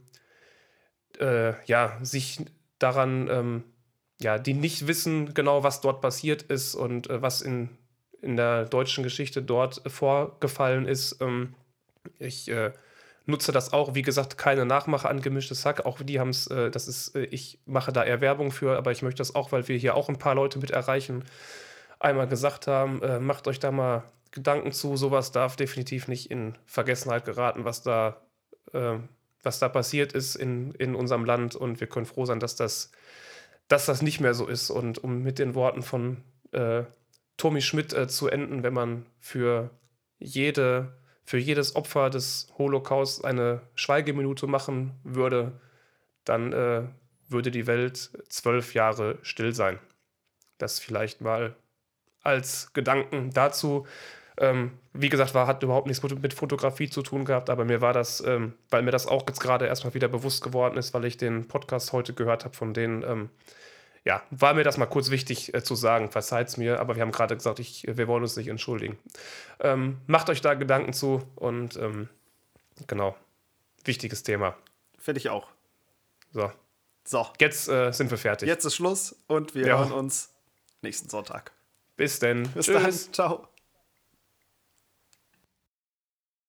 äh, ja, sich daran, ähm, ja, die nicht wissen genau, was dort passiert ist und äh, was in in der deutschen Geschichte dort vorgefallen ist. Ähm, ich äh, nutze das auch, wie gesagt, keine Nachmache an Gemischtes Hack. Auch die haben es, äh, das ist, äh, ich mache da eher Werbung für, aber ich möchte das auch, weil wir hier auch ein paar Leute mit erreichen, einmal gesagt haben, äh, macht euch da mal Gedanken zu. Sowas darf definitiv nicht in Vergessenheit geraten, was da, äh, was da passiert ist in, in unserem Land. Und wir können froh sein, dass das, dass das nicht mehr so ist. Und um mit den Worten von äh, Tommy Schmidt äh, zu enden, wenn man für jede, für jedes Opfer des Holocaust eine Schweigeminute machen würde, dann äh, würde die Welt zwölf Jahre still sein. Das vielleicht mal als Gedanken dazu. Ähm, wie gesagt, war, hat überhaupt nichts mit, mit Fotografie zu tun gehabt, aber mir war das, ähm, weil mir das auch jetzt gerade erstmal wieder bewusst geworden ist, weil ich den Podcast heute gehört habe von denen, ähm, ja, war mir das mal kurz wichtig äh, zu sagen, verzeiht's mir, aber wir haben gerade gesagt, ich, wir wollen uns nicht entschuldigen. Ähm, macht euch da Gedanken zu und ähm, genau, wichtiges Thema. Finde ich auch. So, So, jetzt äh, sind wir fertig. jetzt ist Schluss und wir Ja. hören uns nächsten Sonntag. Bis denn. Bis Tschüss. dann. Ciao.